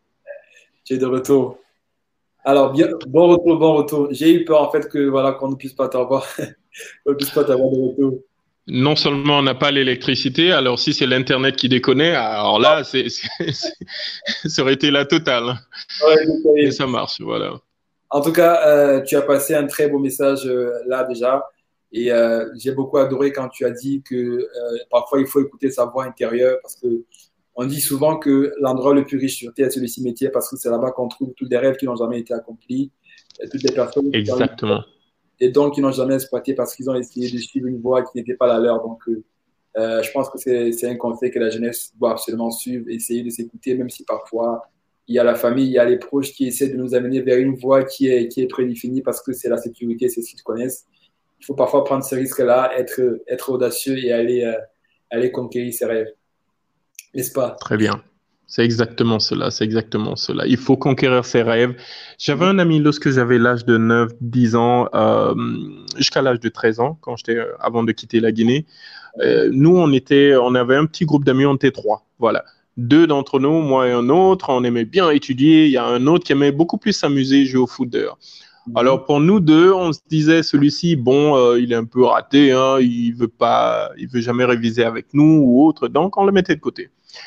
j'ai de retour. Alors, bien, bon retour, bon retour. J'ai eu peur, en fait, que, voilà, qu'on ne puisse pas t'avoir. qu'on ne puisse pas t'avoir de retour. Non seulement on n'a pas l'électricité, alors si c'est l'Internet qui déconne, alors là, c'est, c'est, c'est, ça aurait été la totale. Ouais, et ça marche, voilà. En tout cas, euh, tu as passé un très beau message euh, là déjà. Et euh, j'ai beaucoup adoré quand tu as dit que euh, parfois, il faut écouter sa voix intérieure parce que on dit souvent que l'endroit le plus riche sur Terre, c'est le cimetière parce que c'est là-bas qu'on trouve tous les rêves qui n'ont jamais été accomplis, toutes les personnes Exactement. et donc qui n'ont jamais exploité parce qu'ils ont essayé de suivre une voie qui n'était pas la leur. Donc, euh, je pense que c'est, c'est un conseil que la jeunesse doit absolument suivre, essayer de s'écouter, même si parfois il y a la famille, il y a les proches qui essaient de nous amener vers une voie qui est, qui est prédéfinie parce que c'est la sécurité, c'est ce qu'ils connaissent. Il faut parfois prendre ce risque-là, être, être audacieux et aller, euh, aller conquérir ses rêves. N'est-ce pas? Très bien. C'est exactement cela, c'est exactement cela. Il faut conquérir ses rêves. J'avais un ami lorsque j'avais l'âge de neuf, dix ans, euh, jusqu'à l'âge de treize ans, quand j'étais, euh, avant de quitter la Guinée. Euh, nous, on était, on avait un petit groupe d'amis, on était trois. Voilà. Deux d'entre nous, moi et un autre, on aimait bien étudier. Il y a un autre qui aimait beaucoup plus s'amuser, jouer au foot dehors. Mmh. Alors, pour nous deux, on se disait, celui-ci, bon, euh, il est un peu raté, hein, il veut pas, il veut jamais réviser avec nous ou autre. Donc, on le mettait de côté.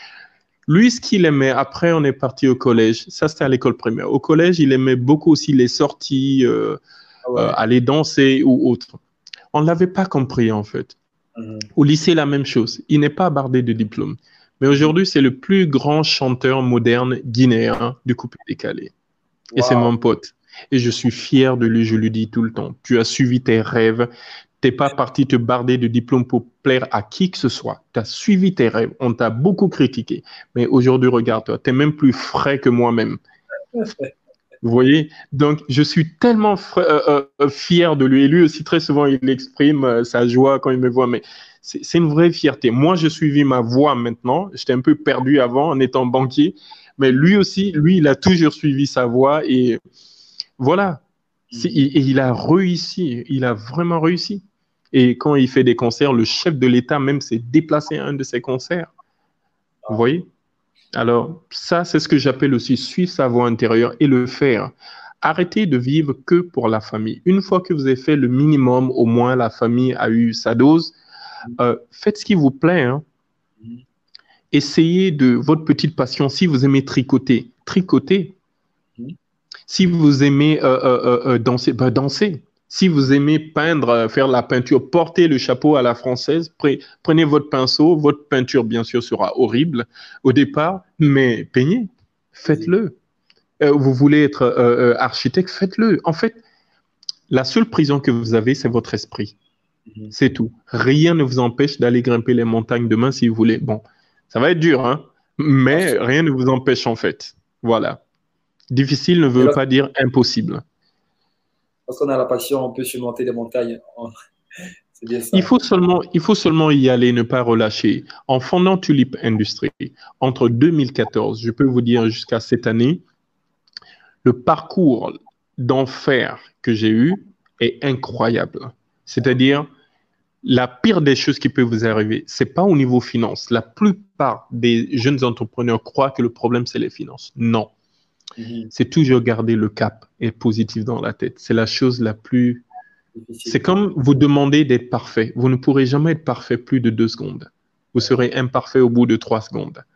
Lui, ce qu'il aimait, après, on est parti au collège. Ça, c'était à l'école primaire. Au collège, il aimait beaucoup aussi les sorties, euh, ouais. euh, aller danser ou autre. On ne l'avait pas compris, en fait. Mmh. Au lycée, la même chose. Il n'est pas bardé de diplôme. Mais aujourd'hui, c'est le plus grand chanteur moderne guinéen du coupé décalé. Wow. Et c'est mon pote. Et je suis fier de lui, je lui dis tout le temps. Tu as suivi tes rêves. Tu n'es pas parti te barder de diplôme pour plaire à qui que ce soit. Tu as suivi tes rêves. On t'a beaucoup critiqué. Mais aujourd'hui, regarde-toi, tu es même plus frais que moi-même. Vous voyez? Donc, je suis tellement frais, euh, euh, fier de lui. Et lui aussi, très souvent, il exprime euh, sa joie quand il me voit. Mais c'est, c'est une vraie fierté. Moi, j'ai suivi ma voie maintenant. J'étais un peu perdu avant en étant banquier. Mais lui aussi, lui, il a toujours suivi sa voie. Et voilà. C'est, et il a réussi. Il a vraiment réussi. Et quand il fait des concerts, le chef de l'État même s'est déplacé à un de ses concerts. Vous voyez? Alors, ça, c'est ce que j'appelle aussi suivre sa voie intérieure et le faire. Arrêtez de vivre que pour la famille. Une fois que vous avez fait le minimum, au moins la famille a eu sa dose, euh, faites ce qui vous plaît. Hein. Essayez de votre petite passion. Si vous aimez tricoter, tricotez. Si vous aimez euh, euh, euh, danser, bah, dansez. Si vous aimez peindre, faire la peinture, portez le chapeau à la française, prenez votre pinceau, votre peinture bien sûr sera horrible au départ, mais peignez, faites-le. Euh, vous voulez être euh, euh, architecte, faites-le. En fait, la seule prison que vous avez, c'est votre esprit. Mm-hmm. C'est tout. Rien ne vous empêche d'aller grimper les montagnes demain si vous voulez. Bon, ça va être dur, hein, mais rien ne vous empêche en fait. Voilà. Difficile ne veut là, pas dire impossible. Parce qu'on a la passion, on peut surmonter des montagnes. C'est bien ça. Il faut seulement, il faut seulement y aller, ne pas relâcher. En fondant Tulip Industries, entre deux mille quatorze, je peux vous dire jusqu'à cette année, le parcours d'enfer que j'ai eu est incroyable. C'est-à-dire, la pire des choses qui peut vous arriver, c'est pas au niveau finance. La plupart des jeunes entrepreneurs croient que le problème, c'est les finances. Non. Mm-hmm. C'est toujours garder le cap et positif dans la tête. C'est la chose la plus... Difficile. C'est comme vous demandez d'être parfait. Vous ne pourrez jamais être parfait plus de deux secondes. Vous serez imparfait au bout de trois secondes.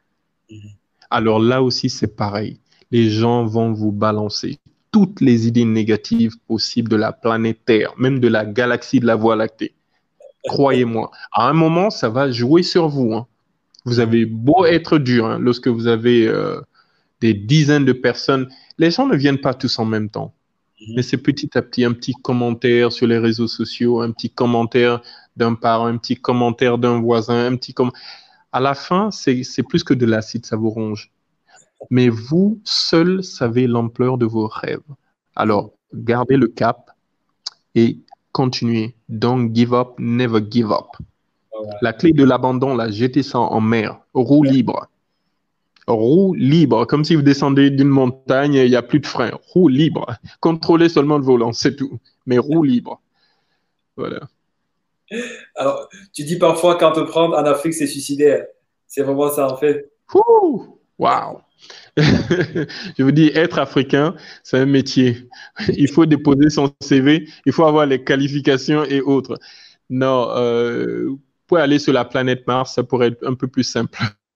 Alors là aussi, c'est pareil. Les gens vont vous balancer toutes les idées négatives possibles de la planète Terre, même de la galaxie de la Voie lactée. Croyez-moi, à un moment, ça va jouer sur vous. Hein. Vous avez beau être dur, hein, lorsque vous avez euh, des dizaines de personnes, les gens ne viennent pas tous en même temps. Mais c'est petit à petit, un petit commentaire sur les réseaux sociaux, un petit commentaire d'un parent, un petit commentaire d'un voisin, un petit com... À la fin, c'est c'est plus que de l'acide, ça vous ronge. Mais vous, seul, savez l'ampleur de vos rêves. Alors, gardez le cap et continuez. Don't give up, never give up. La clé de l'abandon, là, jetez ça en mer. Roue libre. Roue libre, comme si vous descendez d'une montagne et il n'y a plus de frein. Roue libre. Contrôlez seulement le volant, c'est tout. Mais roue libre. Voilà. Alors, tu dis parfois qu'entreprendre en Afrique, c'est suicidaire. C'est vraiment ça, en fait. Ouh, wow. Je vous dis, être africain, c'est un métier. Il faut déposer son C V, il faut avoir les qualifications et autres. Non, euh, vous pouvez aller sur la planète Mars, ça pourrait être un peu plus simple.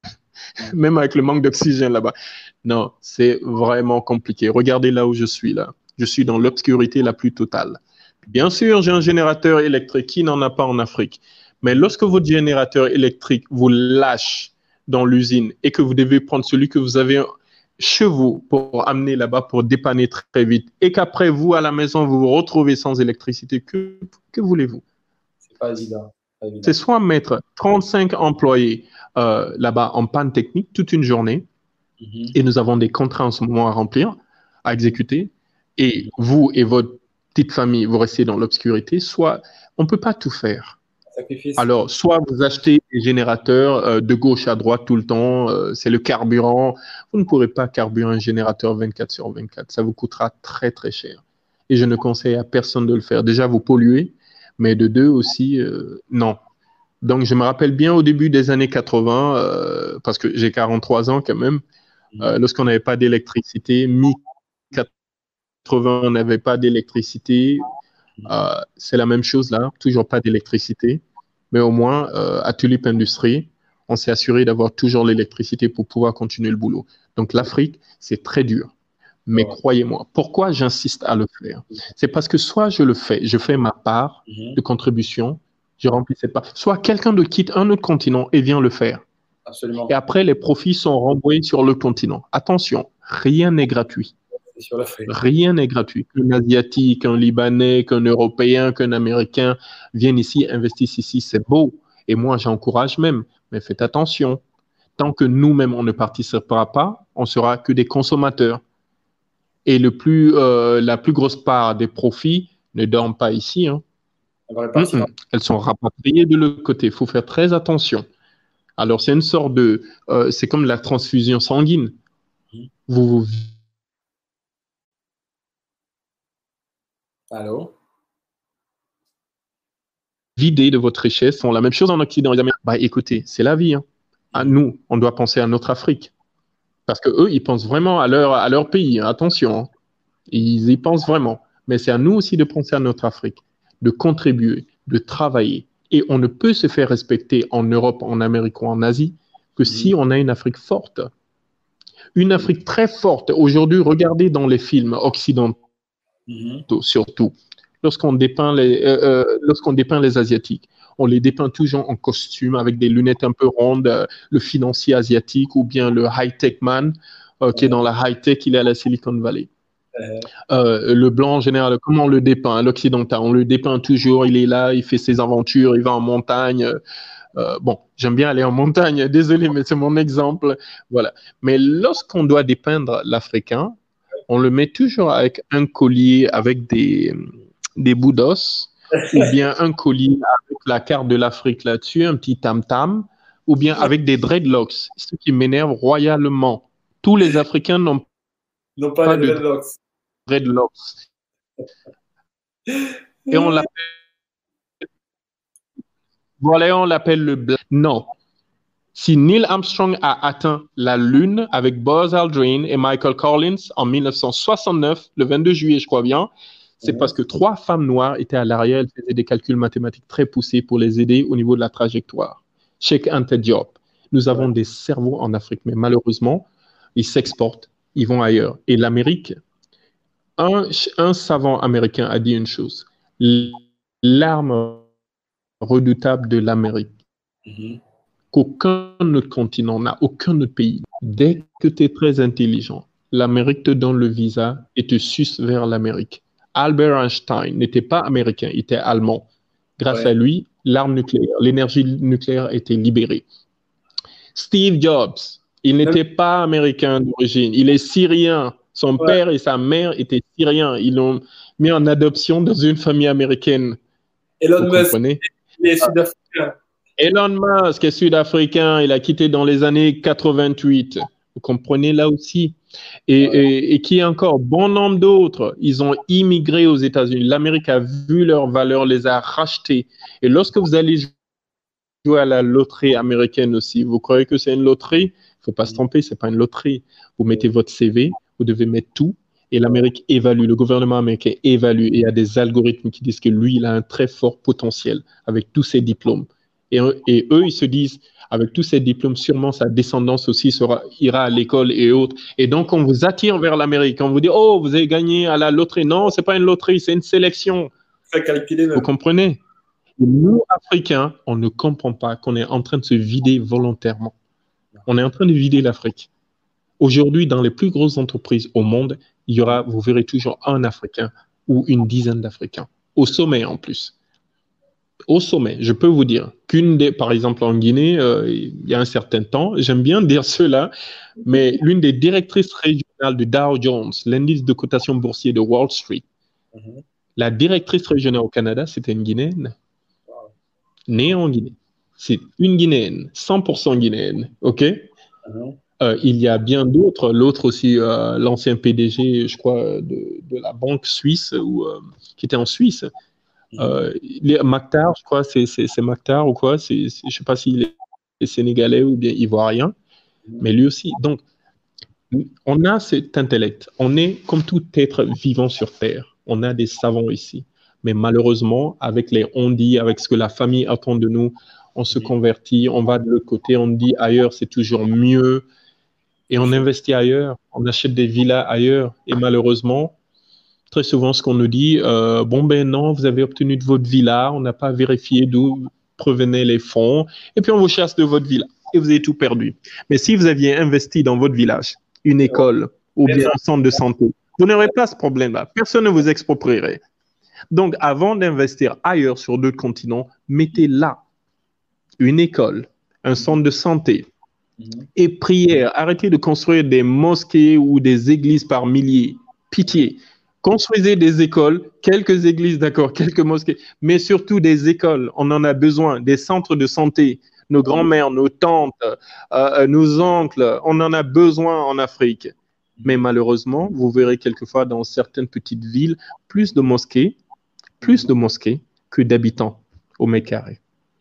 Même avec le manque d'oxygène là-bas. Non, c'est vraiment compliqué. Regardez là où je suis là. Je suis dans l'obscurité la plus totale. Bien sûr, j'ai un générateur électrique. Qui n'en a pas en Afrique? Mais lorsque votre générateur électrique vous lâche dans l'usine et que vous devez prendre celui que vous avez chez vous pour amener là-bas pour dépanner très vite et qu'après vous, à la maison, vous vous retrouvez sans électricité, que, que voulez-vous? C'est pas évident. Pas évident. C'est soit mettre trente-cinq employés euh, là-bas en panne technique toute une journée, mm-hmm. et nous avons des contrats en ce moment à remplir, à exécuter, et vous et votre petite famille, vous restez dans l'obscurité, soit on ne peut pas tout faire. Sacrifice. Alors, soit vous achetez des générateurs euh, de gauche à droite tout le temps, euh, c'est le carburant. Vous ne pourrez pas carburer un générateur vingt-quatre sur vingt-quatre. Ça vous coûtera très, très cher. Et je ne conseille à personne de le faire. Déjà, vous polluez, mais de deux aussi, euh, non. Donc, je me rappelle bien au début des années quatre-vingts, euh, parce que j'ai quarante-trois ans quand même, euh, lorsqu'on n'avait pas d'électricité, mi-quatre-vingts, on n'avait pas d'électricité. Euh, c'est la même chose là, toujours pas d'électricité, mais au moins euh, à Tulip Industries, on s'est assuré d'avoir toujours l'électricité pour pouvoir continuer le boulot. Donc l'Afrique, c'est très dur. Mais ouais. Croyez-moi, pourquoi j'insiste à le faire? C'est parce que soit je le fais, je fais ma part mm-hmm. de contribution, je remplis cette part, soit quelqu'un de quitte un autre continent et vient le faire. Absolument. Et après, les profits sont renvoyés sur le continent. Attention, rien n'est gratuit. Sur l'Afrique. Rien n'est gratuit. Qu'un Asiatique, qu'un Libanais, qu'un Européen, qu'un Américain viennent ici, investissent ici, c'est beau. Et moi, j'encourage même. Mais faites attention. Tant que nous-mêmes, on ne participera pas, on sera que des consommateurs. Et le plus, euh, la plus grosse part des profits ne dorment pas ici. Hein. Mm-mm. Elles sont rapatriées de l'autre côté. Il faut faire très attention. Alors, c'est une sorte de... Euh, c'est comme la transfusion sanguine. Vous vous Allô? Vider de votre richesse font la même chose en Occident. Bah écoutez, c'est la vie. Hein. À nous, on doit penser à notre Afrique. Parce qu'eux, ils pensent vraiment à leur, à leur pays. Hein. Attention, hein. Ils y pensent vraiment. Mais c'est à nous aussi de penser à notre Afrique, de contribuer, de travailler. Et on ne peut se faire respecter en Europe, en Amérique ou en Asie que mmh. si on a une Afrique forte. Une Afrique très forte. Aujourd'hui, regardez dans les films occidentaux, Mmh. surtout, lorsqu'on dépeint les, euh, euh, lorsqu'on dépeint les Asiatiques, on les dépeint toujours en costume avec des lunettes un peu rondes, euh, le financier asiatique ou bien le high-tech man euh, qui est dans la high-tech, il est à la Silicon Valley. Euh, le blanc en général, comment on le dépeint, l'occidental, on le dépeint toujours, il est là, il fait ses aventures, il va en montagne. Euh, bon, j'aime bien aller en montagne, désolé, mais c'est mon exemple. Voilà. Mais lorsqu'on doit dépeindre l'Africain, on le met toujours avec un collier avec des, des bouts d'os, ou bien un collier avec la carte de l'Afrique là-dessus, un petit tam-tam, ou bien avec des dreadlocks, ce qui m'énerve royalement. Tous les Africains n'ont pas, pas de dreadlocks. dreadlocks. Et on l'appelle... Voilà, on l'appelle le blanc. Non. Si Neil Armstrong a atteint la Lune avec Buzz Aldrin et Michael Collins en mille neuf cent soixante-neuf, le vingt-deux juillet, je crois bien, c'est mmh. parce que trois femmes noires étaient à l'arrière, elles faisaient des calculs mathématiques très poussés pour les aider au niveau de la trajectoire. Cheikh Anta Diop, Nous avons des cerveaux en Afrique, mais malheureusement, ils s'exportent, ils vont ailleurs. Et l'Amérique, un, un savant américain a dit une chose, l'arme redoutable de l'Amérique, mm-hmm. qu'aucun autre continent n'a, aucun autre pays. Dès que tu es très intelligent, l'Amérique te donne le visa et te suce vers l'Amérique. Albert Einstein n'était pas américain, il était allemand. Grâce ouais. à lui, l'arme nucléaire, l'énergie nucléaire a été libérée. Steve Jobs, il n'était pas américain d'origine, il est syrien. Son ouais. père et sa mère étaient syriens. Ils l'ont mis en adoption dans une famille américaine. Elon Musk, il est sud-africain. Elon Musk est sud-africain, il a quitté dans les années quatre-vingt-huit. Vous comprenez là aussi. Et, ouais. et, et qui est encore bon nombre d'autres, ils ont immigré aux États-Unis. L'Amérique a vu leur valeur, les a rachetés. Et lorsque vous allez jouer à la loterie américaine aussi, vous croyez que c'est une loterie? Il ne faut pas se tromper, ce n'est pas une loterie. Vous mettez votre C V, vous devez mettre tout. Et l'Amérique évalue, le gouvernement américain évalue. Et il y a des algorithmes qui disent que lui, il a un très fort potentiel avec tous ses diplômes. Et, et eux, ils se disent, avec tous ces diplômes, sûrement sa descendance aussi sera, ira à l'école et autres. Et donc, on vous attire vers l'Amérique. On vous dit, oh, vous avez gagné à la loterie. Non, ce n'est pas une loterie, c'est une sélection. C'est calculé même. Vous comprenez? Et nous, Africains, on ne comprend pas qu'on est en train de se vider volontairement. On est en train de vider l'Afrique. Aujourd'hui, dans les plus grosses entreprises au monde, il y aura, vous verrez toujours un Africain ou une dizaine d'Africains. Au sommet en plus. Au sommet, je peux vous dire qu'une des, par exemple en Guinée, euh, il y a un certain temps, j'aime bien dire cela, mais l'une des directrices régionales de Dow Jones, l'indice de cotation boursier de Wall Street, mm-hmm. la directrice régionale au Canada, c'était une Guinéenne, wow. née en Guinée. C'est une Guinéenne, cent pour cent guinéenne, ok mm-hmm. euh, Il y a bien d'autres, l'autre aussi, euh, l'ancien P D G, je crois, de, de la banque suisse, ou, euh, qui était en Suisse. Euh, les Maktar, je crois, c'est, c'est, c'est Maktar ou quoi, c'est, c'est, je ne sais pas s'il est, est sénégalais ou bien ivoirien, mais lui aussi. Donc, on a cet intellect. On est comme tout être vivant sur Terre. On a des savants ici. Mais malheureusement, avec les on-dit, avec ce que la famille attend de nous, on se convertit, on va de l'autre côté, on dit ailleurs, c'est toujours mieux. Et on investit ailleurs, on achète des villas ailleurs. Et malheureusement, très souvent, ce qu'on nous dit, euh, bon ben non, vous avez obtenu de votre villa, on n'a pas vérifié d'où provenaient les fonds, et puis on vous chasse de votre villa, et vous avez tout perdu. Mais si vous aviez investi dans votre village, une école, ou bien un centre de santé, vous n'aurez pas ce problème-là. Personne ne vous exproprierait. Donc, avant d'investir ailleurs sur d'autres continents, mettez là une école, un centre de santé, et prière. Arrêtez de construire des mosquées ou des églises par milliers. Pitié. Construisez des écoles, quelques églises, d'accord, quelques mosquées, mais surtout des écoles. On en a besoin, des centres de santé. Nos grands-mères, nos tantes, euh, nos oncles, on en a besoin en Afrique. Mais malheureusement, vous verrez quelquefois dans certaines petites villes, plus de mosquées, plus de mosquées que d'habitants au mètre carré.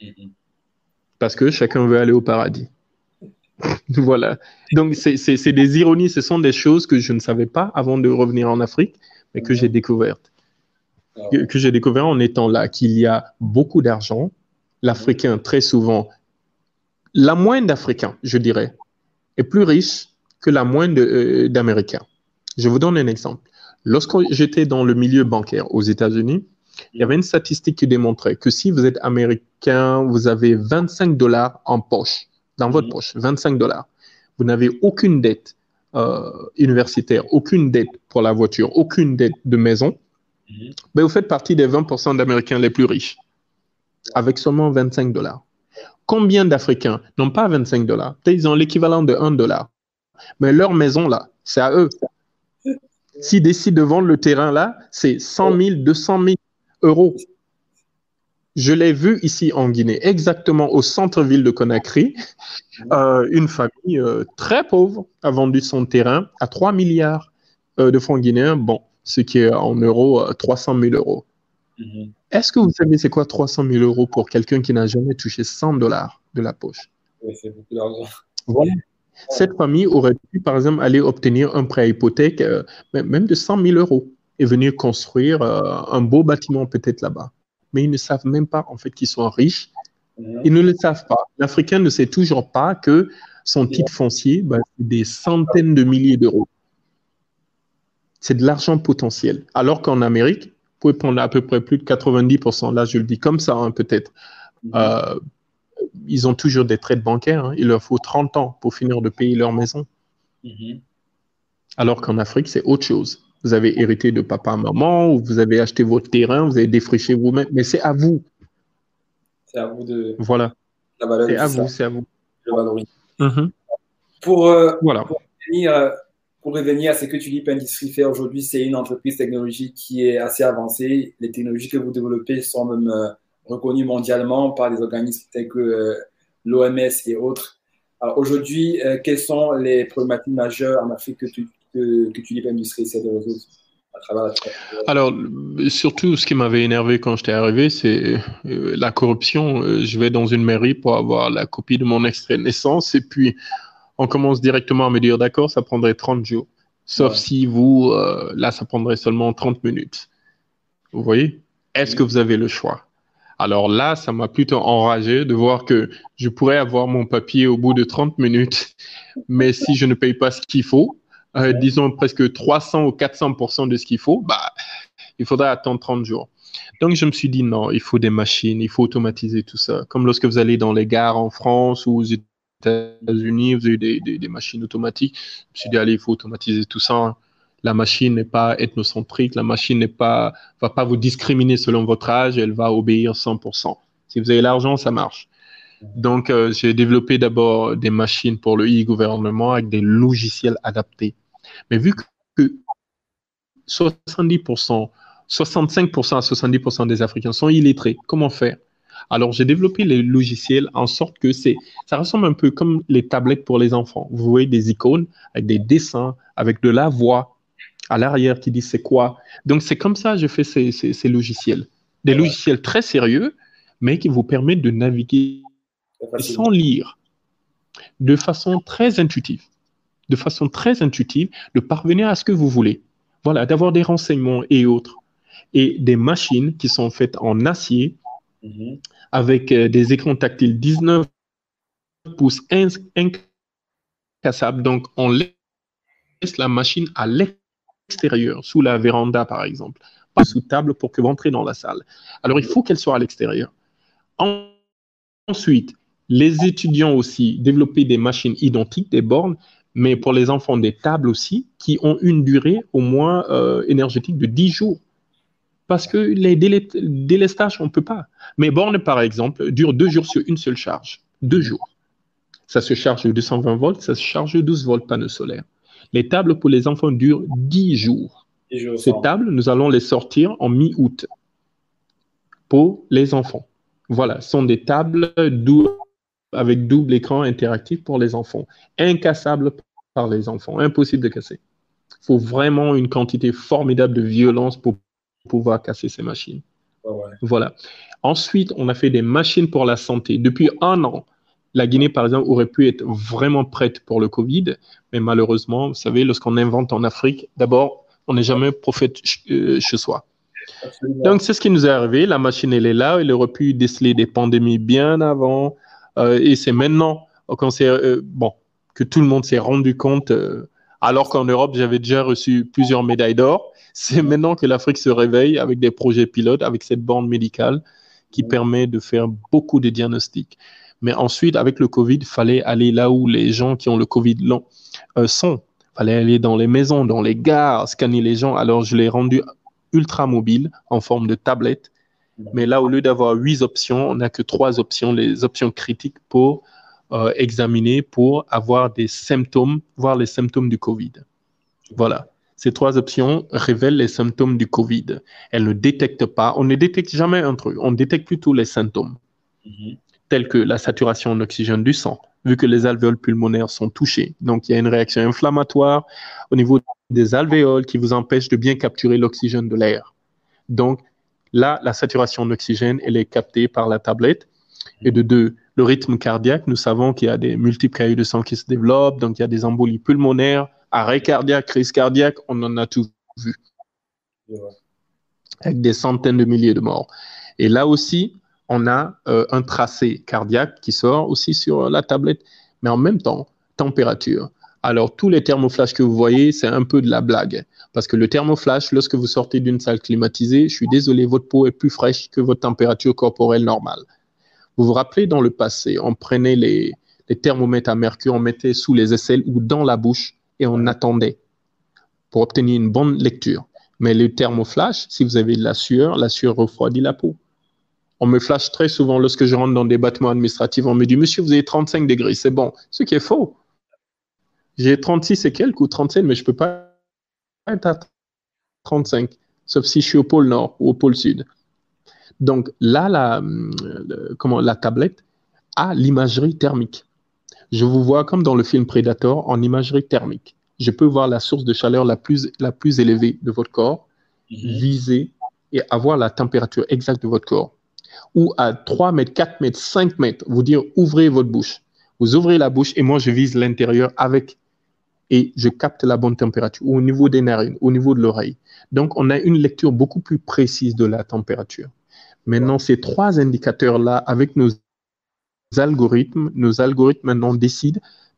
Parce que chacun veut aller au paradis. Voilà. Donc, c'est, c'est, c'est des ironies, ce sont des choses que je ne savais pas avant de revenir en Afrique, mais que j'ai découvertes. Que, que j'ai découvert en étant là, qu'il y a beaucoup d'argent. L'Africain, très souvent, la moyenne d'Africains, je dirais, est plus riche que la moyenne de, euh, d'Américains. Je vous donne un exemple. Lorsque j'étais dans le milieu bancaire aux États-Unis, il y avait une statistique qui démontrait que si vous êtes américain, vous avez vingt-cinq dollars en poche, dans votre poche, vingt-cinq dollars. Vous n'avez aucune dette euh, universitaire, aucune dette pour la voiture, aucune dette de maison. Mm-hmm. Ben, vous faites partie des vingt pour cent d'Américains les plus riches, avec seulement vingt-cinq dollars. Combien d'Africains n'ont pas vingt-cinq dollars? Peut-être ils ont l'équivalent de un dollar. Mais leur maison, là, c'est à eux. S'ils décident de vendre le terrain, là, c'est cent mille, deux cent mille euros. Je l'ai vu ici en Guinée, exactement au centre-ville de Conakry. Euh, une famille euh, très pauvre a vendu son terrain à trois milliards euh, de francs guinéens, bon, ce qui est en euros euh, trois cent mille euros. Mm-hmm. Est-ce que vous savez c'est quoi trois cent mille euros pour quelqu'un qui n'a jamais touché cent dollars de la poche? Oui, c'est beaucoup d'argent. Voilà. Cette famille aurait pu, par exemple, aller obtenir un prêt à hypothèque, euh, même de cent mille euros, et venir construire euh, un beau bâtiment peut-être là-bas. Mais ils ne savent même pas, en fait, qu'ils sont riches Mhm. Ils ne le savent pas. L'Africain ne sait toujours pas que son titre foncier, bah, c'est des centaines de milliers d'euros. C'est de l'argent potentiel. Alors qu'en Amérique, vous pouvez prendre à peu près plus de quatre-vingt-dix pour cent. Là, je le dis comme ça, hein, peut-être. Mhm. Euh, ils ont toujours des traites bancaires. Hein. Il leur faut trente ans pour finir de payer leur maison. Mhm. Alors qu'en Afrique, c'est autre chose. Vous avez hérité de papa, maman, ou vous avez acheté votre terrain, vous avez défriché vous-même, mais c'est à vous. C'est à vous de Voilà. la valeur de C'est tout à ça, vous, c'est à vous. le valoriser. Mhm. Pour, euh, Voilà. pour, revenir, euh, pour revenir à ce que tu dis, Industrie fait aujourd'hui, c'est une entreprise technologique qui est assez avancée. Les technologies que vous développez sont même euh, reconnues mondialement par des organismes tels que euh, l'O M S et autres. Alors aujourd'hui, euh, quelles sont les problématiques majeures en Afrique que tu, que, que tu dis Industrie essaie de résoudre à travers la Alors, surtout, ce qui m'avait énervé quand j'étais arrivé, c'est euh, la corruption. Euh, je vais dans une mairie pour avoir la copie de mon extrait de naissance et puis on commence directement à me dire, d'accord, ça prendrait trente jours. Sauf Ouais. si vous, euh, là, ça prendrait seulement trente minutes. Vous voyez? Est-ce que vous avez le choix? Alors là, ça m'a plutôt enragé de voir que je pourrais avoir mon papier au bout de trente minutes, mais si je ne paye pas ce qu'il faut, euh, Ouais. disons presque trois cents ou quatre cents pour cent de ce qu'il faut, bah, il faudra attendre trente jours. Donc, je me suis dit, non, il faut des machines, il faut automatiser tout ça. Comme lorsque vous allez dans les gares en France ou aux États-Unis, vous avez des, des, des machines automatiques. Je me suis dit, allez, il faut automatiser tout ça. La machine n'est pas ethnocentrique, la machine ne va pas vous discriminer selon votre âge, elle va obéir cent pour cent. Si vous avez l'argent, ça marche. Donc, euh, j'ai développé d'abord des machines pour le e-gouvernement avec des logiciels adaptés. Mais vu que soixante-dix pour cent, soixante-cinq pour cent à soixante-dix pour cent des Africains sont illettrés, comment faire? Alors, j'ai développé les logiciels en sorte que c'est, ça ressemble un peu comme les tablettes pour les enfants. Vous voyez des icônes avec des dessins, avec de la voix à l'arrière qui dit c'est quoi. Donc, c'est comme ça que je fais ces, ces, ces logiciels. Des Ouais. logiciels très sérieux, mais qui vous permettent de naviguer sans lire, de façon très intuitive. De façon très intuitive, de parvenir à ce que vous voulez. Voilà, d'avoir des renseignements et autres. Et des machines qui sont faites en acier, Mhm. avec euh, des écrans tactiles dix-neuf pouces incassables. Donc, on laisse la machine à l'extérieur, sous la véranda, par exemple, pas sous table pour que vous entrez dans la salle. Alors, il faut qu'elle soit à l'extérieur. En- Ensuite, les étudiants aussi développer des machines identiques, des bornes, mais pour les enfants, des tables aussi, qui ont une durée au moins euh, énergétique de dix jours. Parce que les délai- délestages, on ne peut pas. Mes bornes, par exemple, durent deux jours sur une seule charge. Deux jours. Ça se charge de deux cent vingt volts, ça se charge de douze volts panneau solaire. Les tables pour les enfants durent dix jours. Et je Ces ressens. tables, nous allons les sortir en mi-août pour les enfants. Voilà, ce sont des tables dou- avec double écran interactif pour les enfants. Incassables par les enfants, impossible de casser. Il faut vraiment une quantité formidable de violence pour pouvoir casser ces machines. Ouais, ouais. Voilà. Ensuite, on a fait des machines pour la santé. Depuis un an, la Guinée, par exemple, aurait pu être vraiment prête pour le Covid, mais malheureusement, vous savez, lorsqu'on invente en Afrique, d'abord, on n'est jamais prophète euh, chez soi. Absolument. Donc, c'est ce qui nous est arrivé. La machine, elle est là. Elle aurait pu déceler des pandémies bien avant. Euh, et c'est maintenant qu'on s'est, euh, bon, que tout le monde s'est rendu compte, euh, alors qu'en Europe, j'avais déjà reçu plusieurs médailles d'or. C'est maintenant que l'Afrique se réveille avec des projets pilotes, avec cette bande médicale qui permet de faire beaucoup de diagnostics. Mais ensuite, avec le Covid, il fallait aller là où les gens qui ont le Covid long, euh, sont. Il fallait aller dans les maisons, dans les gares, scanner les gens. Alors, je l'ai rendu ultra mobile en forme de tablette. Mais là, au lieu d'avoir huit options, on n'a que trois options, les options critiques pour euh, examiner, pour avoir des symptômes, voir les symptômes du Covid. Voilà. Ces trois options révèlent les symptômes du Covid. Elles ne détectent pas, on ne détecte jamais un truc, on détecte plutôt les symptômes, Mhm. tels que la saturation en oxygène du sang, vu que les alvéoles pulmonaires sont touchées. Donc, il y a une réaction inflammatoire au niveau des alvéoles qui vous empêche de bien capturer l'oxygène de l'air. Donc, là, la saturation d'oxygène, elle est captée par la tablette. Et de deux, le rythme cardiaque, nous savons qu'il y a des multiples caillots de sang qui se développent, donc il y a des embolies pulmonaires, arrêt cardiaque, crise cardiaque, on en a tout vu, Je vois. avec des centaines de milliers de morts. Et là aussi, on a euh, un tracé cardiaque qui sort aussi sur la tablette, mais en même temps, température. Alors, tous les thermoflash que vous voyez, c'est un peu de la blague. Parce que le thermoflash, lorsque vous sortez d'une salle climatisée, je suis désolé, votre peau est plus fraîche que votre température corporelle normale. Vous vous rappelez, dans le passé, on prenait les, les thermomètres à mercure, on mettait sous les aisselles ou dans la bouche et on attendait pour obtenir une bonne lecture. Mais le thermoflash, si vous avez de la sueur, la sueur refroidit la peau. On me flash très souvent lorsque je rentre dans des bâtiments administratifs. On me dit, monsieur, vous avez trente-cinq degrés, c'est bon. Ce qui est faux. J'ai trente-six et quelques ou trente-sept, mais je ne peux pas être à trente-cinq, sauf si je suis au pôle Nord ou au pôle Sud. Donc là, la, la, comment, la tablette a l'imagerie thermique. Je vous vois comme dans le film Predator en imagerie thermique. Je peux voir la source de chaleur la plus, la plus élevée de votre corps, mm-hmm. viser et avoir la température exacte de votre corps. Ou à trois mètres, quatre mètres, cinq mètres, vous dire ouvrez votre bouche. Vous ouvrez la bouche et moi je vise l'intérieur avec et je capte la bonne température au niveau des narines, au niveau de l'oreille. Donc on a une lecture beaucoup plus précise de la température. Maintenant, ces trois indicateurs-là, avec nos algorithmes, nos algorithmes maintenant décident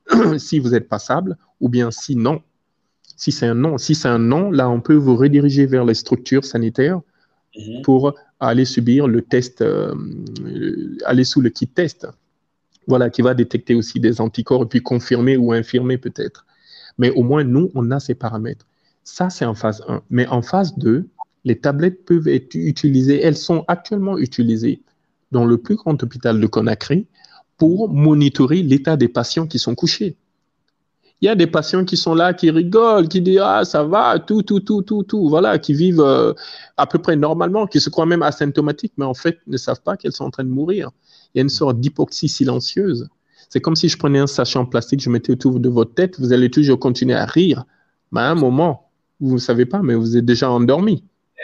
si vous êtes passable ou bien si non. Si c'est un non, si c'est un non, là, on peut vous rediriger vers les structures sanitaires mmh. pour aller subir le test, euh, aller sous le kit test, voilà, qui va détecter aussi des anticorps et puis confirmer ou infirmer peut-être. Mais au moins, nous, on a ces paramètres. Ça, c'est en phase un. Mais en phase deux, les tablettes peuvent être utilisées, elles sont actuellement utilisées dans le plus grand hôpital de Conakry pour monitorer l'état des patients qui sont couchés. Il y a des patients qui sont là, qui rigolent, qui disent « Ah, ça va, tout, tout, tout, tout, tout », voilà, qui vivent euh, à peu près normalement, qui se croient même asymptomatiques, mais en fait ne savent pas qu'elles sont en train de mourir. Il y a une sorte d'hypoxie silencieuse. C'est comme si je prenais un sachet en plastique, je mettais autour de votre tête, vous allez toujours continuer à rire. Mais à un moment, vous ne savez pas, mais vous êtes déjà endormi.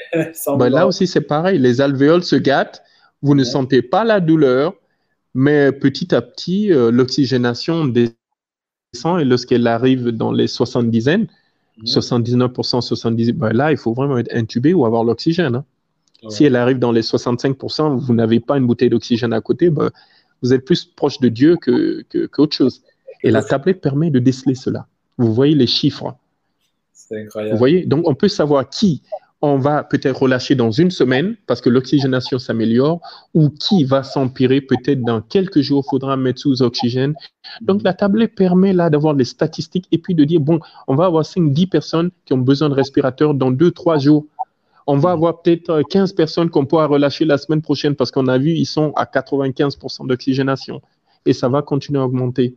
Ben là aussi, c'est pareil. Les alvéoles se gâtent, vous ouais. ne sentez pas la douleur, mais petit à petit, euh, l'oxygénation descend et lorsqu'elle arrive dans les soixante-dizaines, ouais. soixante-dix-neuf pour cent, soixante-dix, ben là, il faut vraiment être intubé ou avoir l'oxygène. Hein. Ouais. Si elle arrive dans les soixante-cinq pour cent, vous n'avez pas une bouteille d'oxygène à côté, ben, vous êtes plus proche de Dieu que, que, qu'autre chose. Et la tablette permet de déceler cela. Vous voyez les chiffres. C'est incroyable. Vous voyez, donc on peut savoir qui on va peut-être relâcher dans une semaine parce que l'oxygénation s'améliore ou qui va s'empirer peut-être dans quelques jours, il faudra mettre sous oxygène. Donc la tablette permet là d'avoir les statistiques et puis de dire, bon, on va avoir cinq dix personnes qui ont besoin de respirateurs dans deux trois jours. On va avoir peut-être quinze personnes qu'on pourra relâcher la semaine prochaine parce qu'on a vu, ils sont à quatre-vingt-quinze pour cent d'oxygénation et ça va continuer à augmenter.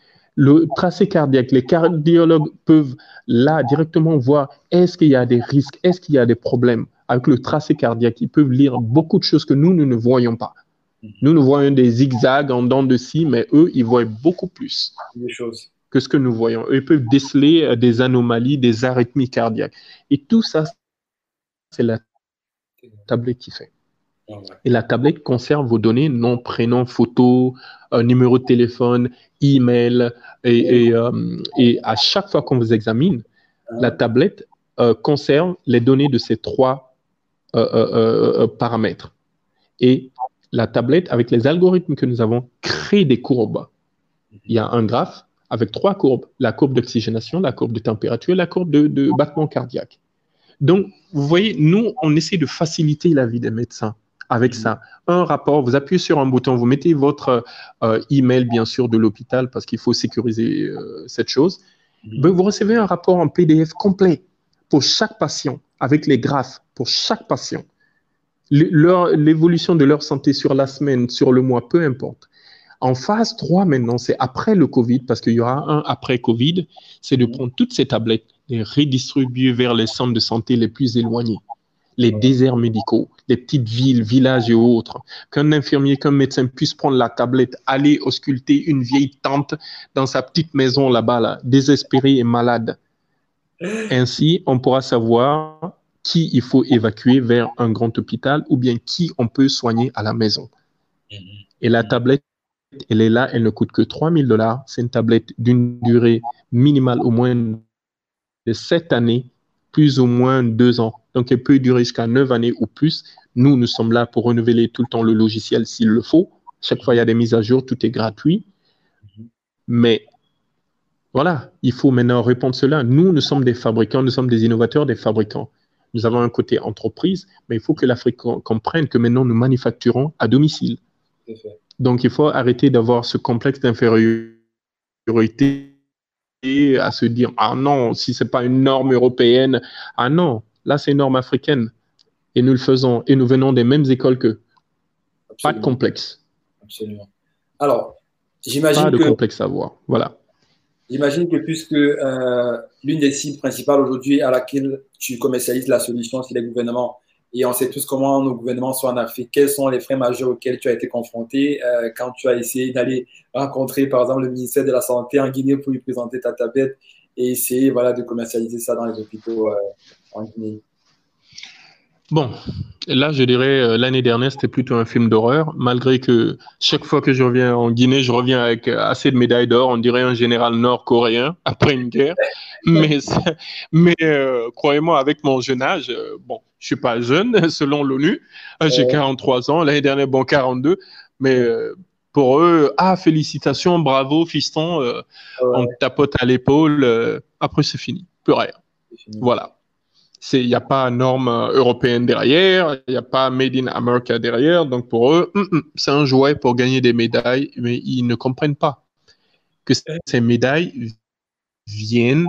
Le tracé cardiaque, les cardiologues peuvent là directement voir est-ce qu'il y a des risques, est-ce qu'il y a des problèmes. Avec le tracé cardiaque, ils peuvent lire beaucoup de choses que nous, nous ne voyons pas. Nous, nous voyons des zigzags en dents de scie, mais eux, ils voient beaucoup plus des choses. que ce que nous voyons. Eux, ils peuvent déceler des anomalies, des arythmies cardiaques. Et tout ça, c'est la tablette qui fait. Oh ouais. Et la tablette conserve vos données, nom, prénom, photo, euh, numéro de téléphone, email, et, et, euh, et à chaque fois qu'on vous examine, ah. la tablette euh, conserve les données de ces trois euh, euh, euh, paramètres. Et la tablette, avec les algorithmes que nous avons, crée des courbes. Il y a un graphe avec trois courbes, la courbe d'oxygénation, la courbe de température, la courbe de, de battement cardiaque. Donc, vous voyez, nous, on essaie de faciliter la vie des médecins. Avec mmh. ça, un rapport, vous appuyez sur un bouton, vous mettez votre euh, email, bien sûr, de l'hôpital, parce qu'il faut sécuriser euh, cette chose. Mmh. Ben, vous recevez un rapport en P D F complet pour chaque patient, avec les graphes pour chaque patient. Le, leur, l'évolution de leur santé sur la semaine, sur le mois, peu importe. En phase trois, maintenant, c'est après le Covid, parce qu'il y aura un après Covid, c'est de mmh. prendre toutes ces tablettes, les redistribuer vers les centres de santé les plus éloignés. Les déserts médicaux, les petites villes, villages et autres, qu'un infirmier, qu'un médecin puisse prendre la tablette, aller ausculter une vieille tante dans sa petite maison là-bas, là, désespérée et malade. Ainsi, on pourra savoir qui il faut évacuer vers un grand hôpital ou bien qui on peut soigner à la maison. Et la tablette, elle est là, elle ne coûte que trois mille dollars. C'est une tablette d'une durée minimale au moins de sept années plus ou moins deux ans. Donc, elle peut durer jusqu'à neuf années ou plus. Nous, nous sommes là pour renouveler tout le temps le logiciel s'il le faut. Chaque fois, il y a des mises à jour, tout est gratuit. Mais voilà, il faut maintenant répondre cela. Nous, nous sommes des fabricants, nous sommes des innovateurs, des fabricants. Nous avons un côté entreprise, mais il faut que l'Afrique comprenne que maintenant, nous manufacturons à domicile. Donc, il faut arrêter d'avoir ce complexe d'infériorité et à se dire « Ah non, si ce n'est pas une norme européenne, ah non, là, c'est une norme africaine. » Et nous le faisons, et nous venons des mêmes écoles qu'eux. Pas de complexe. Absolument. Alors, j'imagine que… Pas de complexe à avoir, voilà. J'imagine que puisque euh, l'une des cibles principales aujourd'hui à laquelle tu commercialises la solution, c'est les gouvernements, et on sait tous comment nos gouvernements sont en Afrique, quels sont les freins majeurs auxquels tu as été confronté euh, quand tu as essayé d'aller rencontrer, par exemple, le ministère de la Santé en Guinée pour lui présenter ta tablette et essayer voilà, de commercialiser ça dans les hôpitaux euh, en Guinée? Bon, là, je dirais, euh, l'année dernière, c'était plutôt un film d'horreur, malgré que chaque fois que je reviens en Guinée, je reviens avec assez de médailles d'or, on dirait un général nord-coréen après une guerre. Mais, mais euh, croyez-moi, avec mon jeune âge, euh, bon, je suis pas jeune, selon l'ONU, euh, j'ai quarante-trois ans, l'année dernière, bon, quarante-deux, mais euh, pour eux, ah, félicitations, bravo, fiston, euh, ouais. On te tapote à l'épaule, euh, après c'est fini, plus rien. Voilà. Il n'y a pas norme européenne derrière, il n'y a pas Made in America derrière. Donc pour eux, mm, mm, c'est un jouet pour gagner des médailles, mais ils ne comprennent pas que ces médailles viennent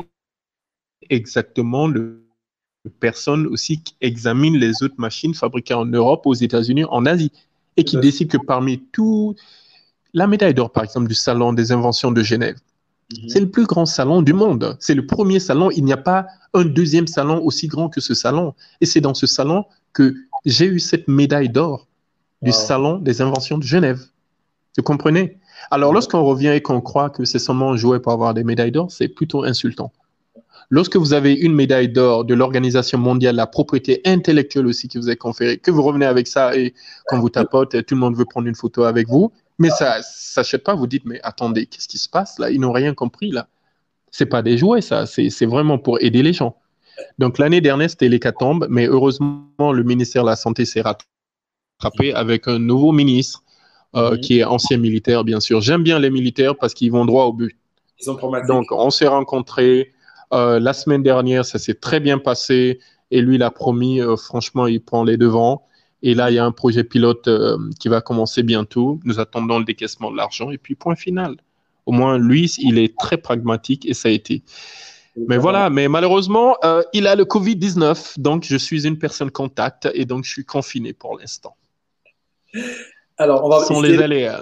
exactement de personnes aussi qui examinent les autres machines fabriquées en Europe, aux États-Unis, en Asie, et qui décident que parmi tout, la médaille d'or, par exemple, du Salon des inventions de Genève, mm-hmm. c'est le plus grand salon du monde. C'est le premier salon. Il n'y a pas un deuxième salon aussi grand que ce salon. Et c'est dans ce salon que j'ai eu cette médaille d'or du wow. Salon des inventions de Genève. Vous comprenez? Alors, wow. Lorsqu'on revient et qu'on croit que c'est seulement un jouet pour avoir des médailles d'or, c'est plutôt insultant. Lorsque vous avez une médaille d'or de l'Organisation mondiale de la propriété intellectuelle aussi qui vous est conférée, que vous revenez avec ça et qu'on vous tapote, tout le monde veut prendre une photo avec vous, mais ça ne s'achète pas, vous dites, mais attendez, qu'est-ce qui se passe là? Ils n'ont rien compris là. Ce n'est pas des jouets, ça, c'est vraiment pour aider les gens. Donc l'année dernière, c'était l'hécatombe, mais heureusement, le ministère de la Santé s'est rattrapé avec un nouveau ministre euh, mmh. qui est ancien militaire, bien sûr. J'aime bien les militaires parce qu'ils vont droit au but. Ils sont pragmatiques. Donc on s'est rencontrés euh, la semaine dernière, ça s'est très bien passé et lui, il a promis, euh, franchement, il prend les devants. Et là, il y a un projet pilote euh, qui va commencer bientôt. Nous attendons le décaissement de l'argent et puis point final. Au moins, lui, il est très pragmatique et ça a été. Mais voilà, mais malheureusement, euh, il a le covid dix-neuf, donc je suis une personne contact et donc je suis confiné pour l'instant. Alors, on va Ce sont les aléas.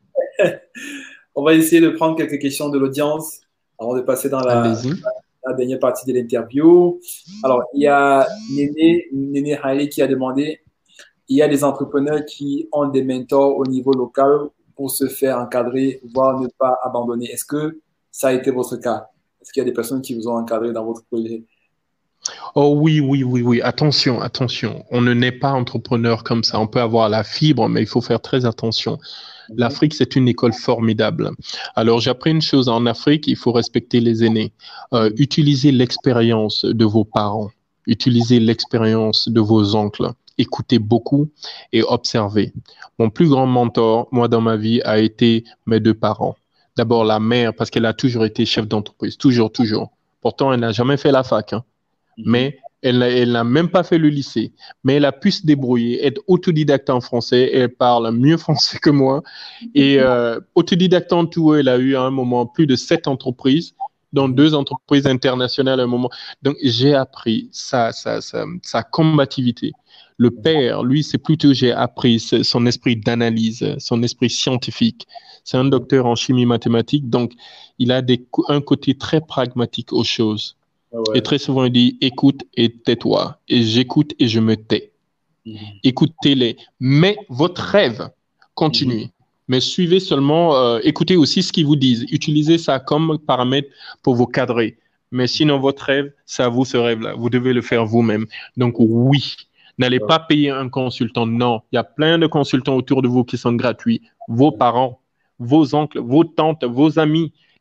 On va essayer de prendre quelques questions de l'audience avant de passer dans la, la, la dernière partie de l'interview. Alors, il y a Néné, Néné Haile qui a demandé, il y a des entrepreneurs qui ont des mentors au niveau local pour se faire encadrer, voire ne pas abandonner. Est-ce que ça a été votre cas? Est-ce qu'il y a des personnes qui vous ont encadré dans votre projet? Oh oui, oui, oui, oui. Attention, attention. On ne naît pas entrepreneur comme ça. On peut avoir la fibre, mais il faut faire très attention. L'Afrique, c'est une école formidable. Alors, j'ai appris une chose en Afrique, il faut respecter les aînés. Euh, utilisez l'expérience de vos parents. Utilisez l'expérience de vos oncles. Écoutez beaucoup et observez. Mon plus grand mentor, moi, dans ma vie, a été mes deux parents. D'abord, la mère, parce qu'elle a toujours été chef d'entreprise. Toujours, toujours. Pourtant, elle n'a jamais fait la fac. Hein. Mm-hmm. Mais elle, elle n'a même pas fait le lycée. Mais elle a pu se débrouiller, être autodidacte en français. Et elle parle mieux français que moi. Et euh, autodidacte en tout, elle a eu à un moment plus de sept entreprises, dont deux entreprises internationales à un moment. Donc, j'ai appris sa, sa, sa, sa combativité. Le père, lui, c'est plutôt, j'ai appris son esprit d'analyse, son esprit scientifique. C'est un docteur en chimie mathématique, donc il a des, un côté très pragmatique aux choses. Ah ouais. Et très souvent, il dit, écoute et tais-toi. Et j'écoute et je me tais. Mmh. Écoutez-les. Mais votre rêve, continuez. Mmh. Mais suivez seulement, euh, écoutez aussi ce qu'ils vous disent. Utilisez ça comme paramètre pour vous cadrer. Mais sinon, votre rêve, c'est à vous ce rêve-là. Vous devez le faire vous-même. Donc oui. N'allez pas payer un consultant. Non, il y a plein de consultants autour de vous qui sont gratuits. Vos parents, vos oncles, vos tantes, vos amis, les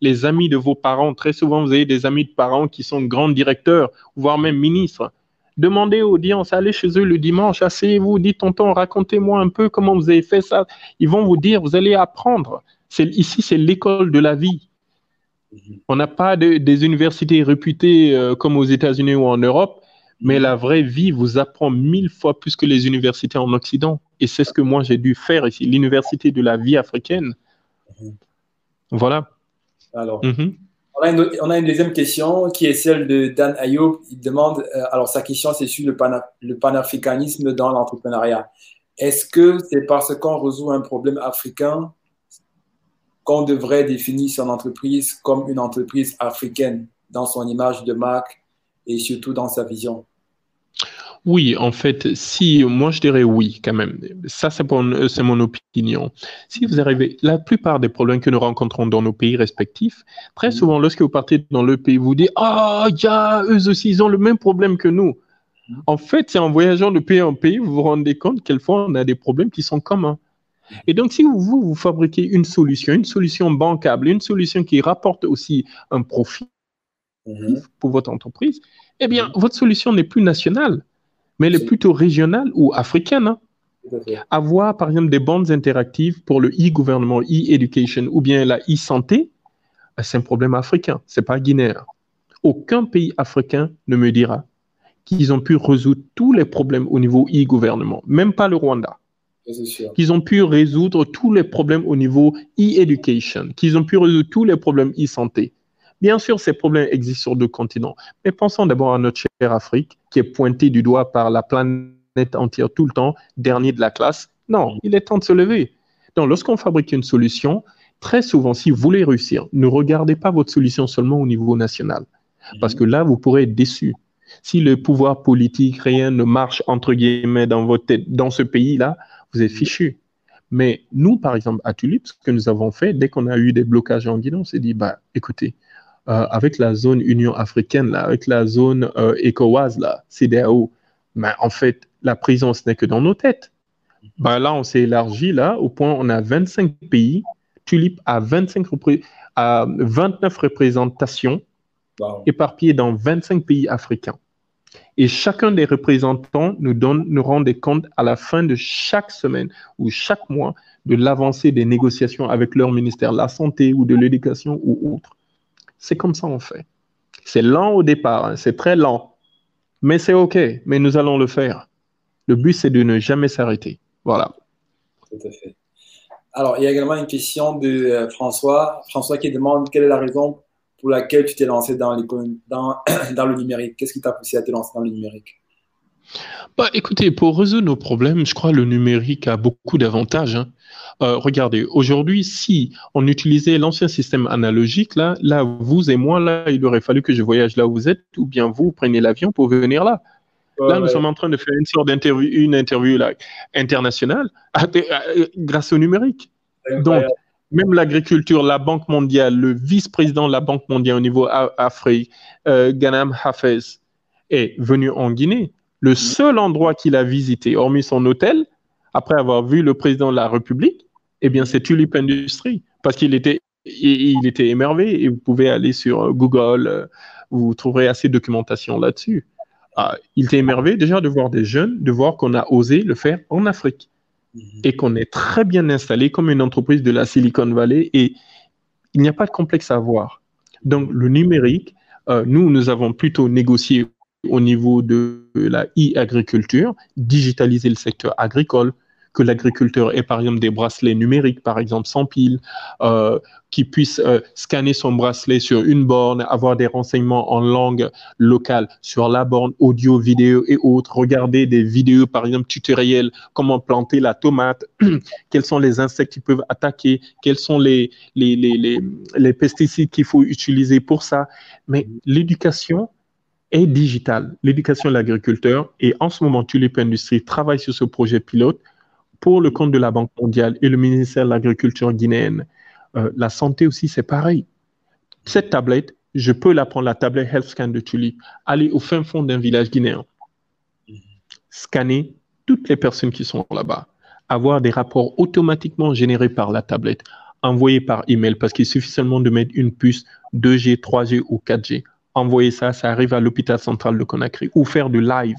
les amis de vos parents. Très souvent, vous avez des amis de parents qui sont grands directeurs, voire même ministres. Demandez aux audiences, allez chez eux le dimanche, asseyez-vous, dites tonton, racontez-moi un peu comment vous avez fait ça. Ils vont vous dire, vous allez apprendre. C'est, ici, c'est l'école de la vie. On n'a pas de, des universités réputées euh, comme aux États-Unis ou en Europe, mais la vraie vie vous apprend mille fois plus que les universités en Occident. Et c'est ce que moi j'ai dû faire ici, l'université de la vie africaine. Voilà. Alors, mm-hmm. on, a une, on a une deuxième question qui est celle de Dan Ayoub. Il demande, euh, alors sa question c'est sur le, pana, le panafricanisme dans l'entrepreneuriat. Est-ce que c'est parce qu'on résout un problème africain qu'on devrait définir son entreprise comme une entreprise africaine dans son image de marque et surtout dans sa vision? Oui, en fait, si, moi je dirais oui quand même. Ça, c'est, pour, c'est mon opinion. Si vous arrivez, la plupart des problèmes que nous rencontrons dans nos pays respectifs, très souvent, lorsque vous partez dans le pays, vous dites « Ah, oh, yeah, eux aussi, ils ont le même problème que nous. » En fait, c'est en voyageant de pays en pays, vous vous rendez compte quelquefois, on a des problèmes qui sont communs. Et donc, si vous, vous, vous fabriquez une solution, une solution bancable, une solution qui rapporte aussi un profit mm-hmm. pour votre entreprise, eh bien, mm-hmm. votre solution n'est plus nationale, mais elle est plutôt régionale ou africaine. Hein. Avoir, par exemple, des bandes interactives pour le e-gouvernement, e-education ou bien la e-santé, c'est un problème africain, ce n'est pas guinéen. Aucun pays africain ne me dira qu'ils ont pu résoudre tous les problèmes au niveau e-gouvernement, même pas le Rwanda. Qu'ils ont pu résoudre tous les problèmes au niveau e-education, qu'ils ont pu résoudre tous les problèmes e-santé. Bien sûr, ces problèmes existent sur deux continents, mais pensons d'abord à notre chère Afrique, qui est pointée du doigt par la planète entière tout le temps, dernier de la classe. Non, il est temps de se lever. Donc, lorsqu'on fabrique une solution, très souvent, si vous voulez réussir, ne regardez pas votre solution seulement au niveau national, parce que là, vous pourrez être déçu. Si le pouvoir politique, rien ne marche, entre guillemets, dans votre tête, dans ce pays-là, vous êtes fichu. Mais nous, par exemple, à Tulip, ce que nous avons fait, dès qu'on a eu des blocages en Guinée, on s'est dit, bah, écoutez, euh, avec la zone Union africaine, là, avec la zone euh, ECOWAS, là, C D A O, bah, en fait, la présence n'est que dans nos têtes. Bah, là, on s'est élargi, là, au point où on a vingt-cinq pays. Tulip a vingt-cinq repré- a vingt-neuf représentations wow. éparpillées dans vingt-cinq pays africains. Et chacun des représentants nous, donne, nous rend des comptes à la fin de chaque semaine ou chaque mois de l'avancée des négociations avec leur ministère de la Santé ou de l'Éducation ou autre. C'est comme ça on fait. C'est lent au départ, hein, c'est très lent, mais c'est OK, mais nous allons le faire. Le but, c'est de ne jamais s'arrêter. Voilà. Tout à fait. Alors, il y a également une question de euh, François. François qui demande quelle est la raison pour laquelle tu t'es lancé dans, dans, dans le numérique? Qu'est-ce qui t'a poussé à te lancer dans le numérique? Bah, écoutez, pour résoudre nos problèmes, je crois que le numérique a beaucoup d'avantages. Hein. Euh, regardez, aujourd'hui, si on utilisait l'ancien système analogique, là, là, vous et moi, là, il aurait fallu que je voyage là où vous êtes, ou bien vous prenez l'avion pour venir là. Ouais, là, nous ouais. sommes en train de faire une sorte d'interview, une interview là, internationale à, à, à, grâce au numérique. Donc, même l'agriculture, la Banque mondiale, le vice-président de la Banque mondiale au niveau Afrique, euh, Ghanem Hafez, est venu en Guinée. Le seul endroit qu'il a visité, hormis son hôtel, après avoir vu le président de la République, eh bien, c'est Tulip Industries, parce qu'il était, il était émerveillé. Et vous pouvez aller sur Google, euh, vous trouverez assez de documentation là-dessus. Ah, il était émerveillé déjà de voir des jeunes, de voir qu'on a osé le faire en Afrique. Et qu'on est très bien installé comme une entreprise de la Silicon Valley et il n'y a pas de complexe à avoir. Donc, le numérique, euh, nous, nous avons plutôt négocié au niveau de la e-agriculture, digitaliser le secteur agricole, que l'agriculteur ait par exemple des bracelets numériques, par exemple sans pile, euh, qui puisse euh, scanner son bracelet sur une borne, avoir des renseignements en langue locale sur la borne, audio, vidéo et autres, regarder des vidéos par exemple tutoriels, comment planter la tomate, quels sont les insectes qui peuvent attaquer, quels sont les, les, les, les, les pesticides qu'il faut utiliser pour ça. Mais l'éducation est digitale, l'éducation de l'agriculteur, et en ce moment, Tulip Industries travaille sur ce projet pilote pour le compte de la Banque mondiale et le ministère de l'Agriculture guinéenne. Euh, la santé aussi, c'est pareil. Cette tablette, je peux la prendre, la tablette HealthScan de Tulip, aller au fin fond d'un village guinéen, scanner toutes les personnes qui sont là-bas, avoir des rapports automatiquement générés par la tablette, envoyez par email parce qu'il suffit seulement de mettre une puce deux G, trois G ou quatre G. Envoyez ça, ça arrive à l'hôpital central de Conakry ou faire du live.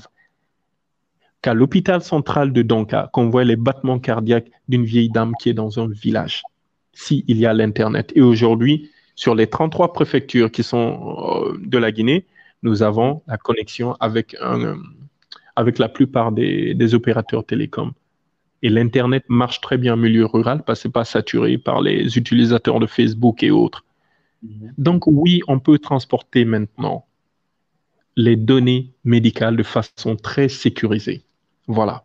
Qu'à l'hôpital central de Donka, qu'on voit les battements cardiaques d'une vieille dame qui est dans un village, s'il y a l'Internet. Et aujourd'hui, sur les trente-trois préfectures qui sont euh, de la Guinée, nous avons la connexion avec, un, euh, avec la plupart des, des opérateurs télécoms. Et l'Internet marche très bien en milieu rural parce que ce n'est pas saturé par les utilisateurs de Facebook et autres. Mmh. Donc oui, on peut transporter maintenant les données médicales de façon très sécurisée. Voilà.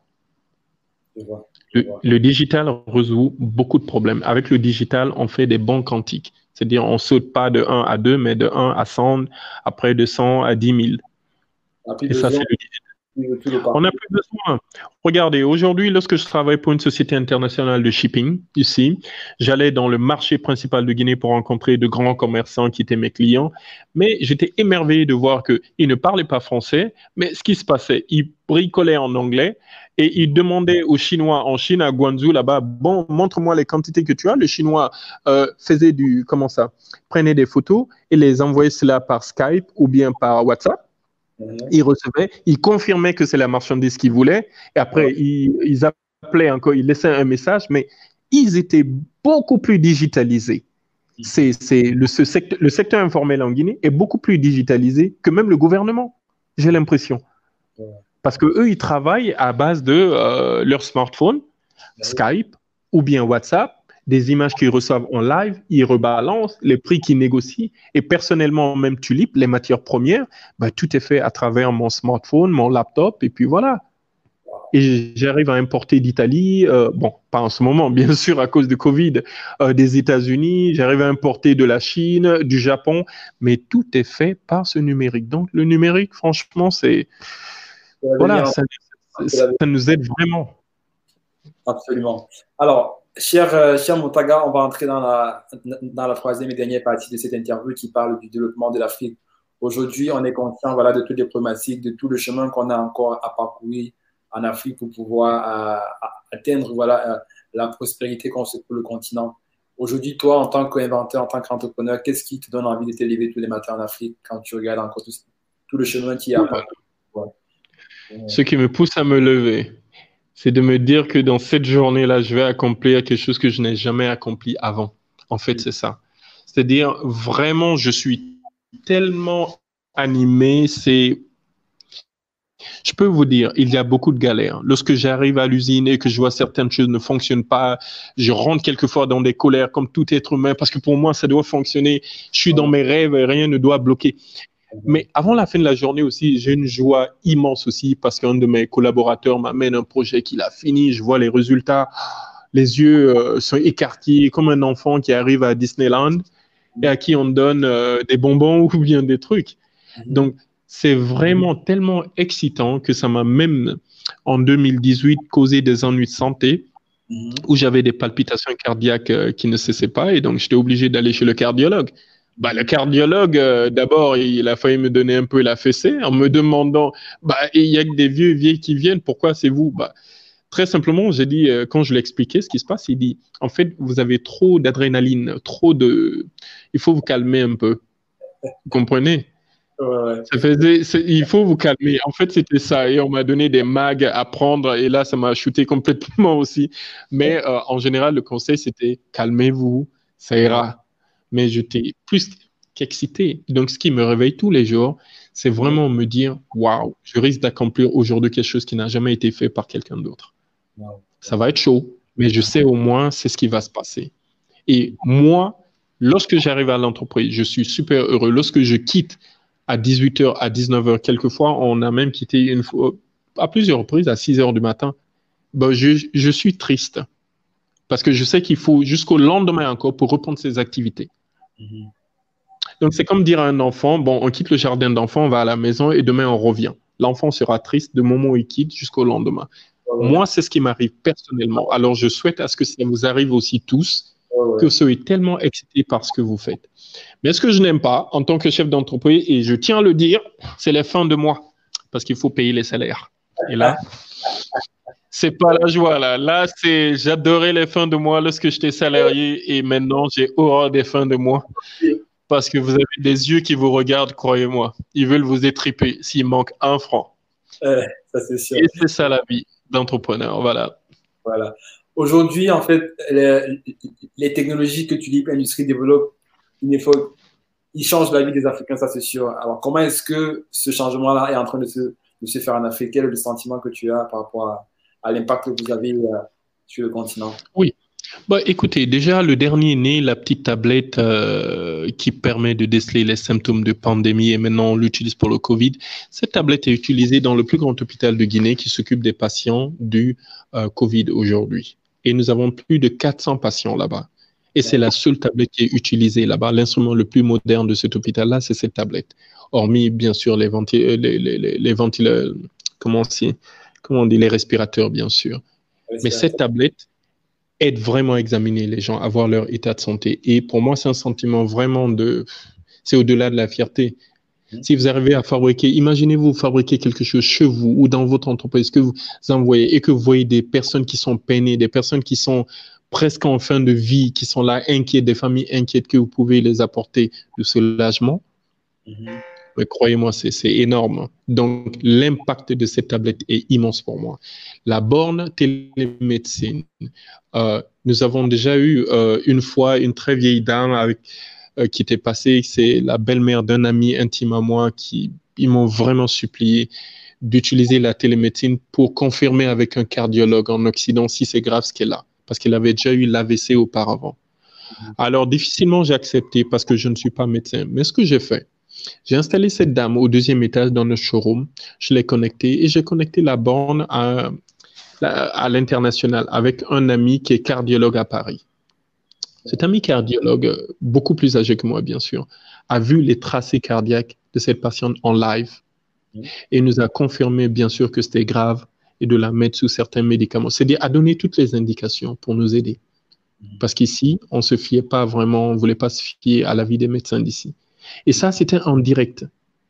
Je vois. Le, le digital résout beaucoup de problèmes. Avec le digital, on fait des bons quantiques. C'est-à-dire, on ne saute pas de un à deux, mais de un à cent, après de cent à dix mille. Et ça, c'est le digital. On n'a plus besoin. Regardez, aujourd'hui, lorsque je travaillais pour une société internationale de shipping, ici, j'allais dans le marché principal de Guinée pour rencontrer de grands commerçants qui étaient mes clients, mais j'étais émerveillé de voir qu'ils ne parlaient pas français, mais ce qui se passait, ils bricolaient en anglais et ils demandaient aux Chinois en Chine, à Guangzhou, là-bas, bon, montre-moi les quantités que tu as. Le Chinois euh, faisait du, comment ça, prenait des photos et les envoyait cela par Skype ou bien par WhatsApp. Ils recevaient, ils confirmaient que c'est la marchandise qu'ils voulaient, et après, ouais. ils, ils appelaient encore, ils laissaient un message, mais ils étaient beaucoup plus digitalisés. C'est, c'est le, ce secteur, le secteur informel en Guinée est beaucoup plus digitalisé que même le gouvernement, j'ai l'impression. Ouais. Parce qu'eux, ils travaillent à base de euh, leur smartphone, ouais. Skype ou bien WhatsApp, des images qu'ils reçoivent en live, ils rebalancent, les prix qu'ils négocient. Et personnellement, même Tulip, les matières premières, bah, tout est fait à travers mon smartphone, mon laptop, et puis voilà. Et j'arrive à importer d'Italie, euh, bon, pas en ce moment, bien sûr, à cause de Covid, euh, des États-Unis, j'arrive à importer de la Chine, du Japon, mais tout est fait par ce numérique. Donc, le numérique, franchement, c'est... Voilà, ça, ça, ça nous aide vraiment. Absolument. Alors, Cher, euh, cher Montaga, on va entrer dans la, dans la troisième et dernière partie de cette interview qui parle du développement de l'Afrique. Aujourd'hui, on est conscient voilà, de toutes les problématiques, de tout le chemin qu'on a encore à parcourir en Afrique pour pouvoir euh, atteindre voilà, euh, la prospérité qu'on se pour le continent. Aujourd'hui, toi, en tant qu'inventeur, en tant qu'entrepreneur, qu'est-ce qui te donne envie de te lever tous les matins en Afrique quand tu regardes encore tout, tout le chemin qu'il y a à parcourir? Ouais. Ce qui me pousse à me lever, c'est de me dire que dans cette journée-là, je vais accomplir quelque chose que je n'ai jamais accompli avant. En fait, c'est ça. C'est-à-dire, vraiment, je suis tellement animé, c'est... Je peux vous dire, il y a beaucoup de galères. Lorsque j'arrive à l'usine et que je vois certaines choses ne fonctionnent pas, je rentre quelquefois dans des colères comme tout être humain parce que pour moi, ça doit fonctionner. Je suis dans mes rêves et rien ne doit bloquer. Mais avant la fin de la journée aussi, j'ai une joie immense aussi parce qu'un de mes collaborateurs m'amène un projet qu'il a fini. Je vois les résultats, les yeux euh, sont écarquillés comme un enfant qui arrive à Disneyland et à qui on donne euh, des bonbons ou bien des trucs. Donc, c'est vraiment tellement excitant que ça m'a même, en deux mille dix-huit, causé des ennuis de santé où j'avais des palpitations cardiaques euh, qui ne cessaient pas et donc j'étais obligé d'aller chez le cardiologue. Bah, le cardiologue, euh, d'abord, il a failli me donner un peu la fessée en me demandant, bah, il y a que des vieux vieilles qui viennent, pourquoi c'est vous? Bah, très simplement, j'ai dit, euh, quand je lui ai expliqué ce qui se passe, il dit, en fait, vous avez trop d'adrénaline, trop de... Il faut vous calmer un peu. Vous comprenez? Ouais. Ça faisait, c'est, il faut vous calmer. En fait, c'était ça. Et on m'a donné des mags à prendre et là, ça m'a shooté complètement aussi. Mais euh, en général, le conseil, c'était calmez-vous, ça ira. Mais j'étais plus qu'excité. Donc, ce qui me réveille tous les jours, c'est vraiment me dire, waouh, je risque d'accomplir aujourd'hui quelque chose qui n'a jamais été fait par quelqu'un d'autre. Ça va être chaud, mais je sais au moins c'est ce qui va se passer. Et moi, lorsque j'arrive à l'entreprise, je suis super heureux. Lorsque je quitte à dix-huit heures, à dix-neuf heures, quelquefois, on a même quitté une fois, à plusieurs reprises, à six heures du matin. Ben, je, je suis triste parce que je sais qu'il faut jusqu'au lendemain encore pour reprendre ses activités. Mm-hmm. Donc, c'est comme dire à un enfant, bon, on quitte le jardin d'enfants, on va à la maison et demain, on revient. L'enfant sera triste du moment où il quitte jusqu'au lendemain. Ouais. Moi, c'est ce qui m'arrive personnellement. Alors, je souhaite à ce que ça vous arrive aussi tous, ouais. que vous soyez tellement excités par ce que vous faites. Mais ce que je n'aime pas, en tant que chef d'entreprise, et je tiens à le dire, c'est les fins de mois, parce qu'il faut payer les salaires. Et là, C'est pas la joie, là. Là, c'est, j'adorais les fins de mois lorsque j'étais salarié et maintenant, j'ai horreur des fins de mois parce que vous avez des yeux qui vous regardent, croyez-moi. Ils veulent vous étriper s'il manque un franc. Euh, ça, c'est sûr. Et c'est ça la vie d'entrepreneur, voilà. Voilà. Aujourd'hui, en fait, les, les technologies que tu dis que l'industrie développe, il faut, ils changent la vie des Africains, ça c'est sûr. Alors, comment est-ce que ce changement-là est en train de se, de se faire en Afrique? Quel est le sentiment que tu as par rapport à, à l'impact que vous avez euh, sur le continent? Oui. Bah, écoutez, déjà, le dernier né, la petite tablette euh, qui permet de déceler les symptômes de pandémie et maintenant on l'utilise pour le Covid. Cette tablette est utilisée dans le plus grand hôpital de Guinée qui s'occupe des patients du euh, Covid aujourd'hui. Et nous avons plus de quatre cents patients là-bas. Et c'est la seule tablette qui est utilisée là-bas. L'instrument le plus moderne de cet hôpital-là, c'est cette tablette. Hormis, bien sûr, les, venti les, les, les, les ventilateurs, comment, comment on dit, les respirateurs, bien sûr. Mais cette tablette aide vraiment à examiner les gens, à voir leur état de santé. Et pour moi, c'est un sentiment vraiment de... C'est au-delà de la fierté. Si vous arrivez à fabriquer, imaginez-vous fabriquer quelque chose chez vous ou dans votre entreprise que vous envoyez et que vous voyez des personnes qui sont peinées, des personnes qui sont presque en fin de vie, qui sont là inquiètes, des familles inquiètes, que vous pouvez les apporter le soulagement. Mm-hmm. Mais croyez-moi, c'est énorme. Donc, l'impact de cette tablette est immense pour moi. La borne télémédecine, euh, nous avons déjà eu euh, une fois une très vieille dame avec Euh, qui était passé, c'est la belle-mère d'un ami intime à moi qui, ils m'ont vraiment supplié d'utiliser la télémédecine pour confirmer avec un cardiologue en Occident si c'est grave ce qu'elle a, parce qu'elle avait déjà eu l'A V C auparavant. Mm-hmm. Alors, difficilement, j'ai accepté parce que je ne suis pas médecin. Mais ce que j'ai fait, j'ai installé cette dame au deuxième étage dans le showroom, je l'ai connectée et j'ai connecté la borne à, à l'international avec un ami qui est cardiologue à Paris. Cet ami cardiologue, beaucoup plus âgé que moi, bien sûr, a vu les tracés cardiaques de cette patiente en live et nous a confirmé, bien sûr, que c'était grave et de la mettre sous certains médicaments. C'est-à-dire à donner toutes les indications pour nous aider. Parce qu'ici, on ne se fiait pas vraiment, on ne voulait pas se fier à l'avis des médecins d'ici. Et ça, c'était en direct.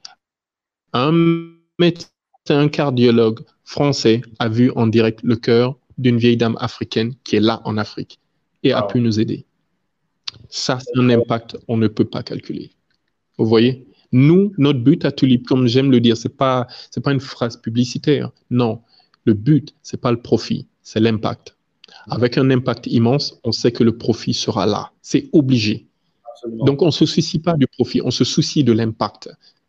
Un médecin, un cardiologue français a vu en direct le cœur d'une vieille dame africaine qui est là en Afrique et a pu nous aider. Ça, c'est un impact on ne peut pas calculer. Vous voyez? Nous, notre but à Tulip, comme j'aime le dire, ce n'est pas, c'est pas une phrase publicitaire. Non, le but, ce n'est pas le profit, c'est l'impact. Avec un impact immense, on sait que le profit sera là. C'est obligé. Absolument. Donc, on ne se soucie pas du profit, on se soucie de l'impact.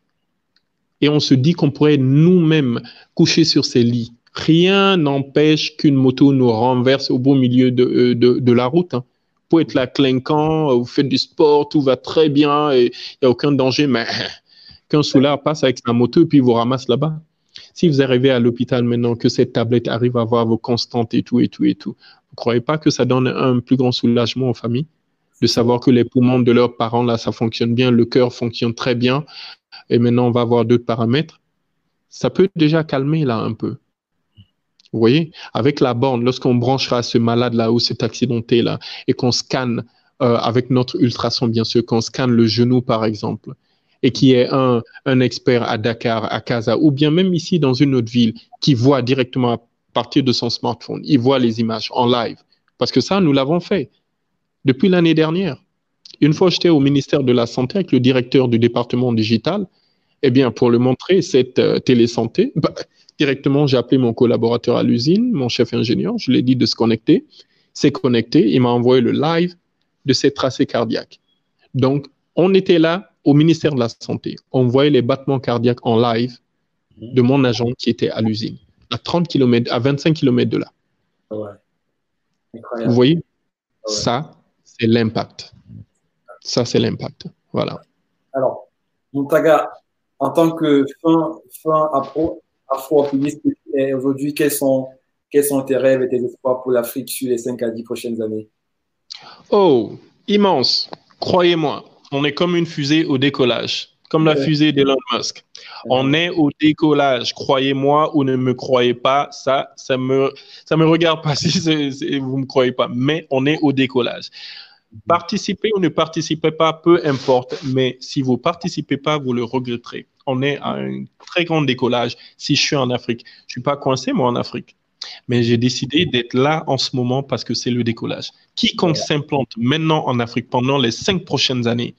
Et on se dit qu'on pourrait nous-mêmes coucher sur ces lits. Rien n'empêche qu'une moto nous renverse au beau milieu de, de, de la route. Hein. Pour être là clinquant, vous faites du sport, tout va très bien, et il n'y a aucun danger, mais qu'un soulard passe avec sa moto et puis vous ramasse là-bas. Si vous arrivez à l'hôpital maintenant, que cette tablette arrive à voir vos constantes et tout, et tout, et tout, vous ne croyez pas que ça donne un plus grand soulagement aux familles de savoir que les poumons de leurs parents, là, ça fonctionne bien, le cœur fonctionne très bien, et maintenant on va avoir d'autres paramètres. Ça peut déjà calmer là un peu. Vous voyez, avec la borne, lorsqu'on branchera ce malade-là ou cet accidenté-là et qu'on scanne euh, avec notre ultrason, bien sûr, qu'on scanne le genou, par exemple, et qu'il y ait un, un expert à Dakar, à Casa, ou bien même ici dans une autre ville, qui voit directement à partir de son smartphone, il voit les images en live. Parce que ça, nous l'avons fait depuis l'année dernière. Une fois, j'étais au ministère de la Santé avec le directeur du département digital. Eh bien, pour le montrer, cette euh, télésanté, bah, directement, j'ai appelé mon collaborateur à l'usine, mon chef ingénieur, je lui ai dit de se connecter. s'est connecté, il m'a envoyé le live de ses tracés cardiaques. Donc, on était là au ministère de la Santé. On voyait les battements cardiaques en live de mon agent qui était à l'usine, à trente kilomètres, à vingt-cinq kilomètres de là. Ouais. Incroyable. Vous voyez, ouais. Ça, c'est l'impact. Ça, c'est l'impact. Voilà. Alors, Mountaga, en tant que fin, fin afro-optimiste, aujourd'hui, quels sont, quels sont tes rêves et tes espoirs pour l'Afrique sur les cinq à dix prochaines années? Oh, immense. Croyez-moi, on est comme une fusée au décollage, comme la fusée d'Elon Musk. On est au décollage, croyez-moi ou ne me croyez pas, ça, ça me, ça me regarde pas si c'est, c'est, vous me croyez pas, mais on est au décollage. Participez ou ne participez pas, peu importe, mais si vous participez pas, vous le regretterez. On est à un très grand décollage. Si je suis en Afrique, je suis pas coincé, moi, en Afrique. Mais j'ai décidé d'être là en ce moment parce que c'est le décollage. Quiconque s'implante maintenant en Afrique pendant les cinq prochaines années,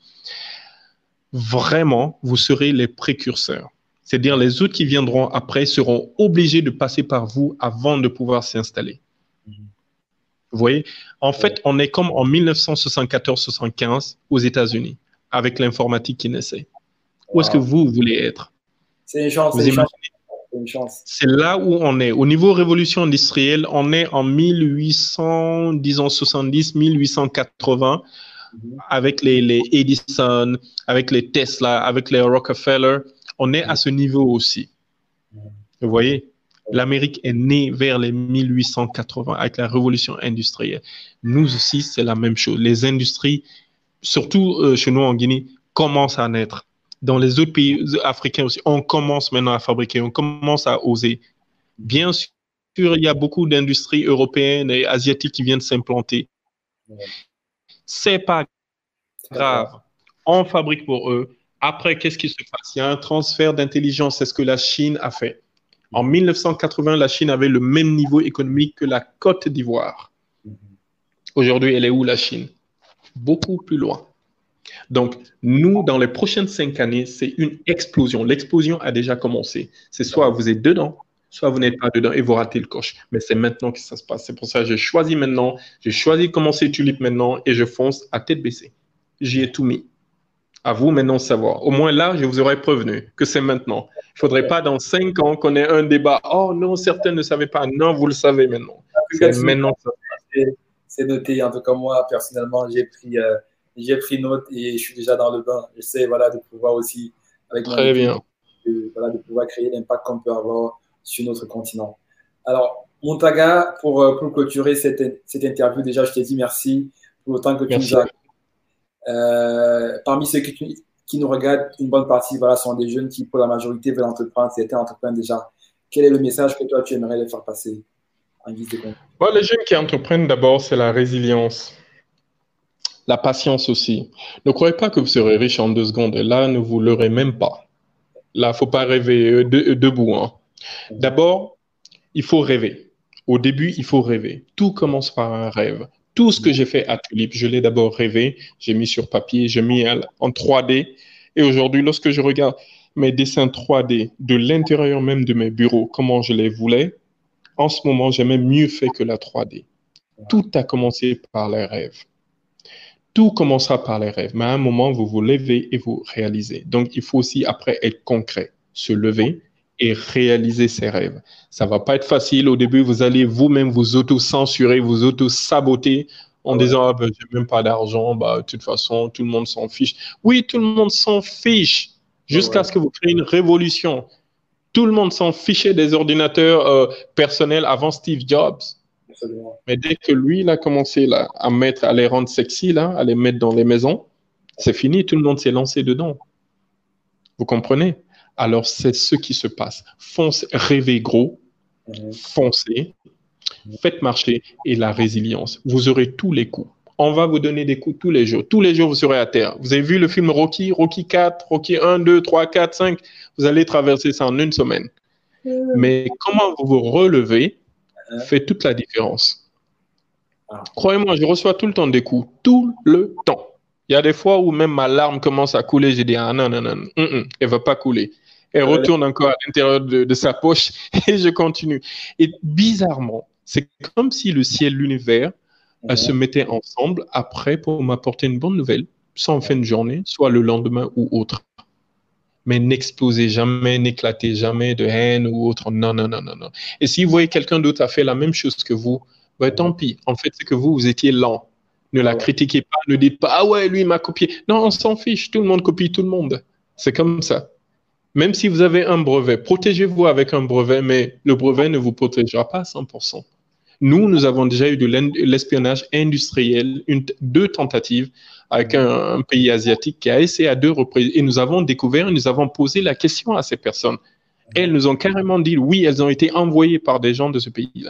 vraiment, vous serez les précurseurs. C'est-à-dire les autres qui viendront après seront obligés de passer par vous avant de pouvoir s'installer. Vous voyez, en fait, on est comme en mille neuf cent soixante-quatorze soixante-quinze aux États-Unis, avec l'informatique qui naissait. Où est-ce que vous voulez être? C'est une chance, vous imaginez? Une chance. C'est là où on est. Au niveau révolution industrielle, on est en mille huit cents, disons soixante-dix, mille huit cent quatre-vingts, mm-hmm. avec les, les Edison, avec les Tesla, avec les Rockefeller. On est à ce niveau aussi. Vous voyez? L'Amérique est née vers les mille huit cent quatre-vingts avec la révolution industrielle. Nous aussi, c'est la même chose. Les industries, surtout euh, chez nous en Guinée, commencent à naître. Dans les autres pays africains aussi, on commence maintenant à fabriquer, on commence à oser. Bien sûr, il y a beaucoup d'industries européennes et asiatiques qui viennent s'implanter. C'est pas grave. On fabrique pour eux. Après, qu'est-ce qui se passe? Il y a un transfert d'intelligence. C'est ce que la Chine a fait. En mille neuf cent quatre-vingts, la Chine avait le même niveau économique que la Côte d'Ivoire. Aujourd'hui, elle est où, la Chine? Beaucoup plus loin. Donc, nous, dans les prochaines cinq années, c'est une explosion. L'explosion a déjà commencé. C'est soit vous êtes dedans, soit vous n'êtes pas dedans et vous ratez le coche. Mais c'est maintenant que ça se passe. C'est pour ça que j'ai choisi maintenant. J'ai choisi de commencer Tulip maintenant et je fonce à tête baissée. J'y ai tout mis. À vous maintenant de savoir. Au moins là, je vous aurais prévenu que c'est maintenant. Il ne faudrait pas dans cinq ans qu'on ait un débat. Oh non, certains ne savaient pas. Non, vous le savez maintenant. C'est maintenant que ça se passe. C'est noté. En tout cas, moi, personnellement, j'ai pris... Euh... J'ai pris note et je suis déjà dans le bain. J'essaie voilà, de pouvoir aussi, avec Très bien. De, voilà, de pouvoir créer l'impact qu'on peut avoir sur notre continent. Alors, Montaga, pour, pour clôturer cette, cette interview, déjà, je te dis merci pour le temps que tu merci. nous as. Euh, parmi ceux qui, qui nous regardent, une bonne partie voilà, sont des jeunes qui, pour la majorité, veulent entreprendre. Certains entreprennent déjà. Quel est le message que toi, tu aimerais les faire passer en guise de compte? Bon, les jeunes qui entreprennent, d'abord, c'est la résilience. La patience aussi. Ne croyez pas que vous serez riche en deux secondes. Là, ne vous leurrez même pas. Là, il ne faut pas rêver de, debout. Hein. D'abord, il faut rêver. Au début, il faut rêver. Tout commence par un rêve. Tout ce que j'ai fait à Tulip, je l'ai d'abord rêvé. J'ai mis sur papier, j'ai mis en trois D. Et aujourd'hui, lorsque je regarde mes dessins trois D de l'intérieur même de mes bureaux, comment je les voulais, en ce moment, j'ai même mieux fait que la trois D. Tout a commencé par les rêves. Tout commencera par les rêves, mais à un moment, vous vous levez et vous réalisez. Donc, il faut aussi après être concret, se lever et réaliser ses rêves. Ça ne va pas être facile. Au début, vous allez vous-même vous auto-censurer, vous auto-saboter en ouais. disant ah, ben, « j'ai même pas d'argent, bah, de toute façon, tout le monde s'en fiche ». Oui, tout le monde s'en fiche jusqu'à ouais. ce que vous créez une révolution. Tout le monde s'en fichait des ordinateurs euh, personnels avant Steve Jobs. Absolument. Mais dès que lui, il a commencé là, à mettre, à les rendre sexy, là, à les mettre dans les maisons, c'est fini, tout le monde s'est lancé dedans. Vous comprenez? Alors, c'est ce qui se passe. Foncez, rêvez gros, mmh. foncez, faites marcher et la résilience. Vous aurez tous les coups. On va vous donner des coups tous les jours. Tous les jours, vous serez à terre. Vous avez vu le film Rocky, Rocky quatre, Rocky un, deux, trois, quatre, cinq. Vous allez traverser ça en une semaine. Mmh. Mais comment vous vous relevez fait toute la différence. Ah. Croyez-moi, je reçois tout le temps des coups, tout le temps. Il y a des fois où même ma larme commence à couler, j'ai dit ah non, non, non, non, non elle ne va pas couler. Elle ah, retourne ouais. encore à l'intérieur de, de sa poche et je continue. Et bizarrement, c'est comme si le ciel, l'univers ouais. se mettaient ensemble après pour m'apporter une bonne nouvelle, soit en ouais. fin de journée, soit le lendemain ou autre. Mais n'explosez jamais, n'éclatez jamais de haine ou autre. Non, non, non, non, non. Et si vous voyez quelqu'un d'autre a fait la même chose que vous, ben, tant pis. En fait, c'est que vous, vous étiez lent. Ne la critiquez pas, ne dites pas « Ah ouais, lui, il m'a copié ». Non, on s'en fiche. Tout le monde copie tout le monde. C'est comme ça. Même si vous avez un brevet, protégez-vous avec un brevet, mais le brevet ne vous protégera pas à cent pour cent. Nous, nous avons déjà eu de l'espionnage industriel, une, deux tentatives avec un, un pays asiatique qui a essayé à deux reprises. Et nous avons découvert, nous avons posé la question à ces personnes. Elles nous ont carrément dit, oui, elles ont été envoyées par des gens de ce pays-là.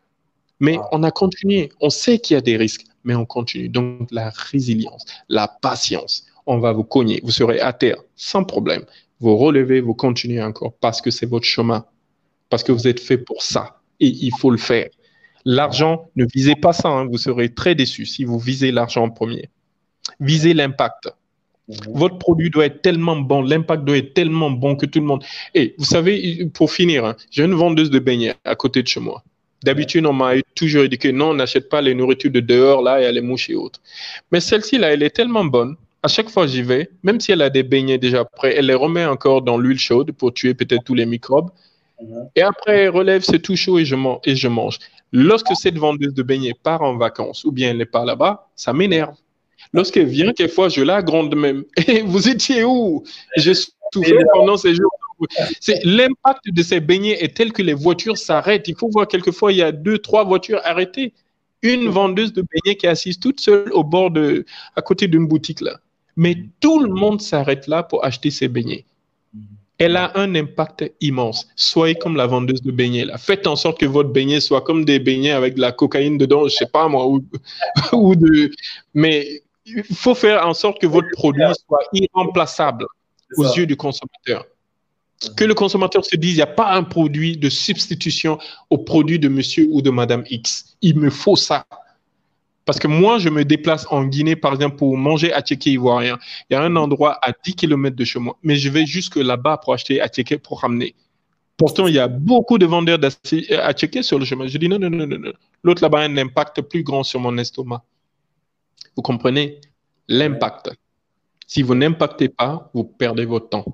Mais on a continué. On sait qu'il y a des risques, mais on continue. Donc, la résilience, la patience. On va vous cogner. Vous serez à terre sans problème. Vous relevez, vous continuez encore parce que c'est votre chemin. Parce que vous êtes fait pour ça. Et il faut le faire. L'argent, ne visez pas ça, hein, vous serez très déçus si vous visez l'argent en premier. Visez l'impact. Votre produit doit être tellement bon, l'impact doit être tellement bon que tout le monde... Et vous savez, pour finir, hein, j'ai une vendeuse de beignets à côté de chez moi. D'habitude, on m'a toujours dit que non, on n'achète pas les nourritures de dehors, là, et les mouches et autres. Mais celle-ci, là, elle est tellement bonne. À chaque fois, j'y vais, même si elle a des beignets déjà prêts, elle les remet encore dans l'huile chaude pour tuer peut-être tous les microbes. Et après, elle relève, c'est tout chaud et je, man- et je mange. Lorsque cette vendeuse de beignets part en vacances ou bien elle n'est pas là-bas, ça m'énerve. Lorsqu'elle vient, quelquefois, je la gronde même. Et vous étiez où? J'ai souffert pendant ces jours. C'est, l'impact de ces beignets est tel que les voitures s'arrêtent. Il faut voir, quelquefois, il y a deux, trois voitures arrêtées. Une vendeuse de beignets qui est assise toute seule au bord de, à côté d'une boutique là. Mais tout le monde s'arrête là pour acheter ses beignets. Elle a un impact immense. Soyez comme la vendeuse de beignets là. Faites en sorte que votre beignet soit comme des beignets avec de la cocaïne dedans, je sais pas moi, ou, ou de. Mais il faut faire en sorte que votre produit soit irremplaçable aux yeux du consommateur. Que le consommateur se dise, il n'y a pas un produit de substitution au produit de monsieur ou de madame X. Il me faut ça. Parce que moi, je me déplace en Guinée, par exemple, pour manger attiéké ivoirien. Il y a un endroit à dix kilomètres de chez moi, mais je vais jusque là-bas pour acheter attiéké pour ramener. Pourtant, il y a beaucoup de vendeurs d'attiéké sur le chemin. Je dis non, non, non, non, non. L'autre là-bas a un impact plus grand sur mon estomac. Vous comprenez? L'impact. Si vous n'impactez pas, vous perdez votre temps.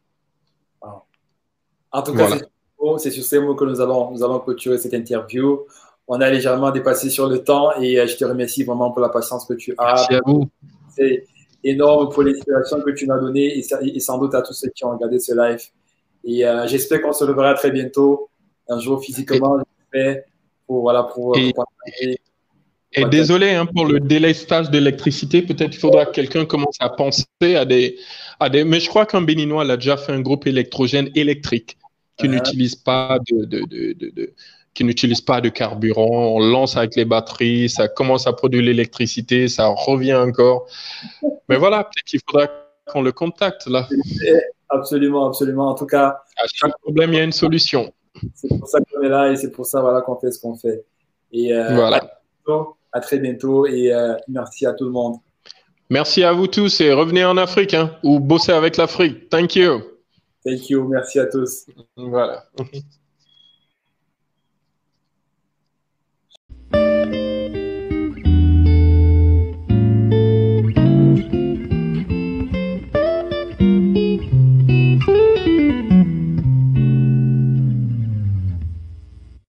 En tout cas, voilà. C'est sur ces mots que nous allons, nous allons clôturer cette interview. On a légèrement dépassé sur le temps et je te remercie vraiment pour la patience que tu as. Merci à vous. C'est énorme pour l'inspiration que tu m'as donnée et, et sans doute à tous ceux qui ont regardé ce live. Et euh, j'espère qu'on se reverra très bientôt, un jour physiquement, j'espère, pour, voilà, pour, et, pour et, et désolé hein, pour le délestage d'électricité. Peut-être qu'il faudra que quelqu'un commence à penser à des, à des... Mais je crois qu'un Béninois a déjà fait un groupe électrogène électrique qui uh-huh. n'utilise pas de... de, de, de, de qui n'utilise pas de carburant, on lance avec les batteries, ça commence à produire l'électricité, ça revient encore. Mais voilà, peut-être qu'il faudra qu'on le contacte là. Absolument, absolument. En tout cas, à chaque problème, il y a une solution. C'est pour ça qu'on est là et c'est pour ça voilà, qu'on fait ce qu'on fait. Et euh, voilà. à, bientôt, à très bientôt et euh, merci à tout le monde. Merci à vous tous et revenez en Afrique hein, ou bossez avec l'Afrique. Thank you. Thank you. Merci à tous. Voilà.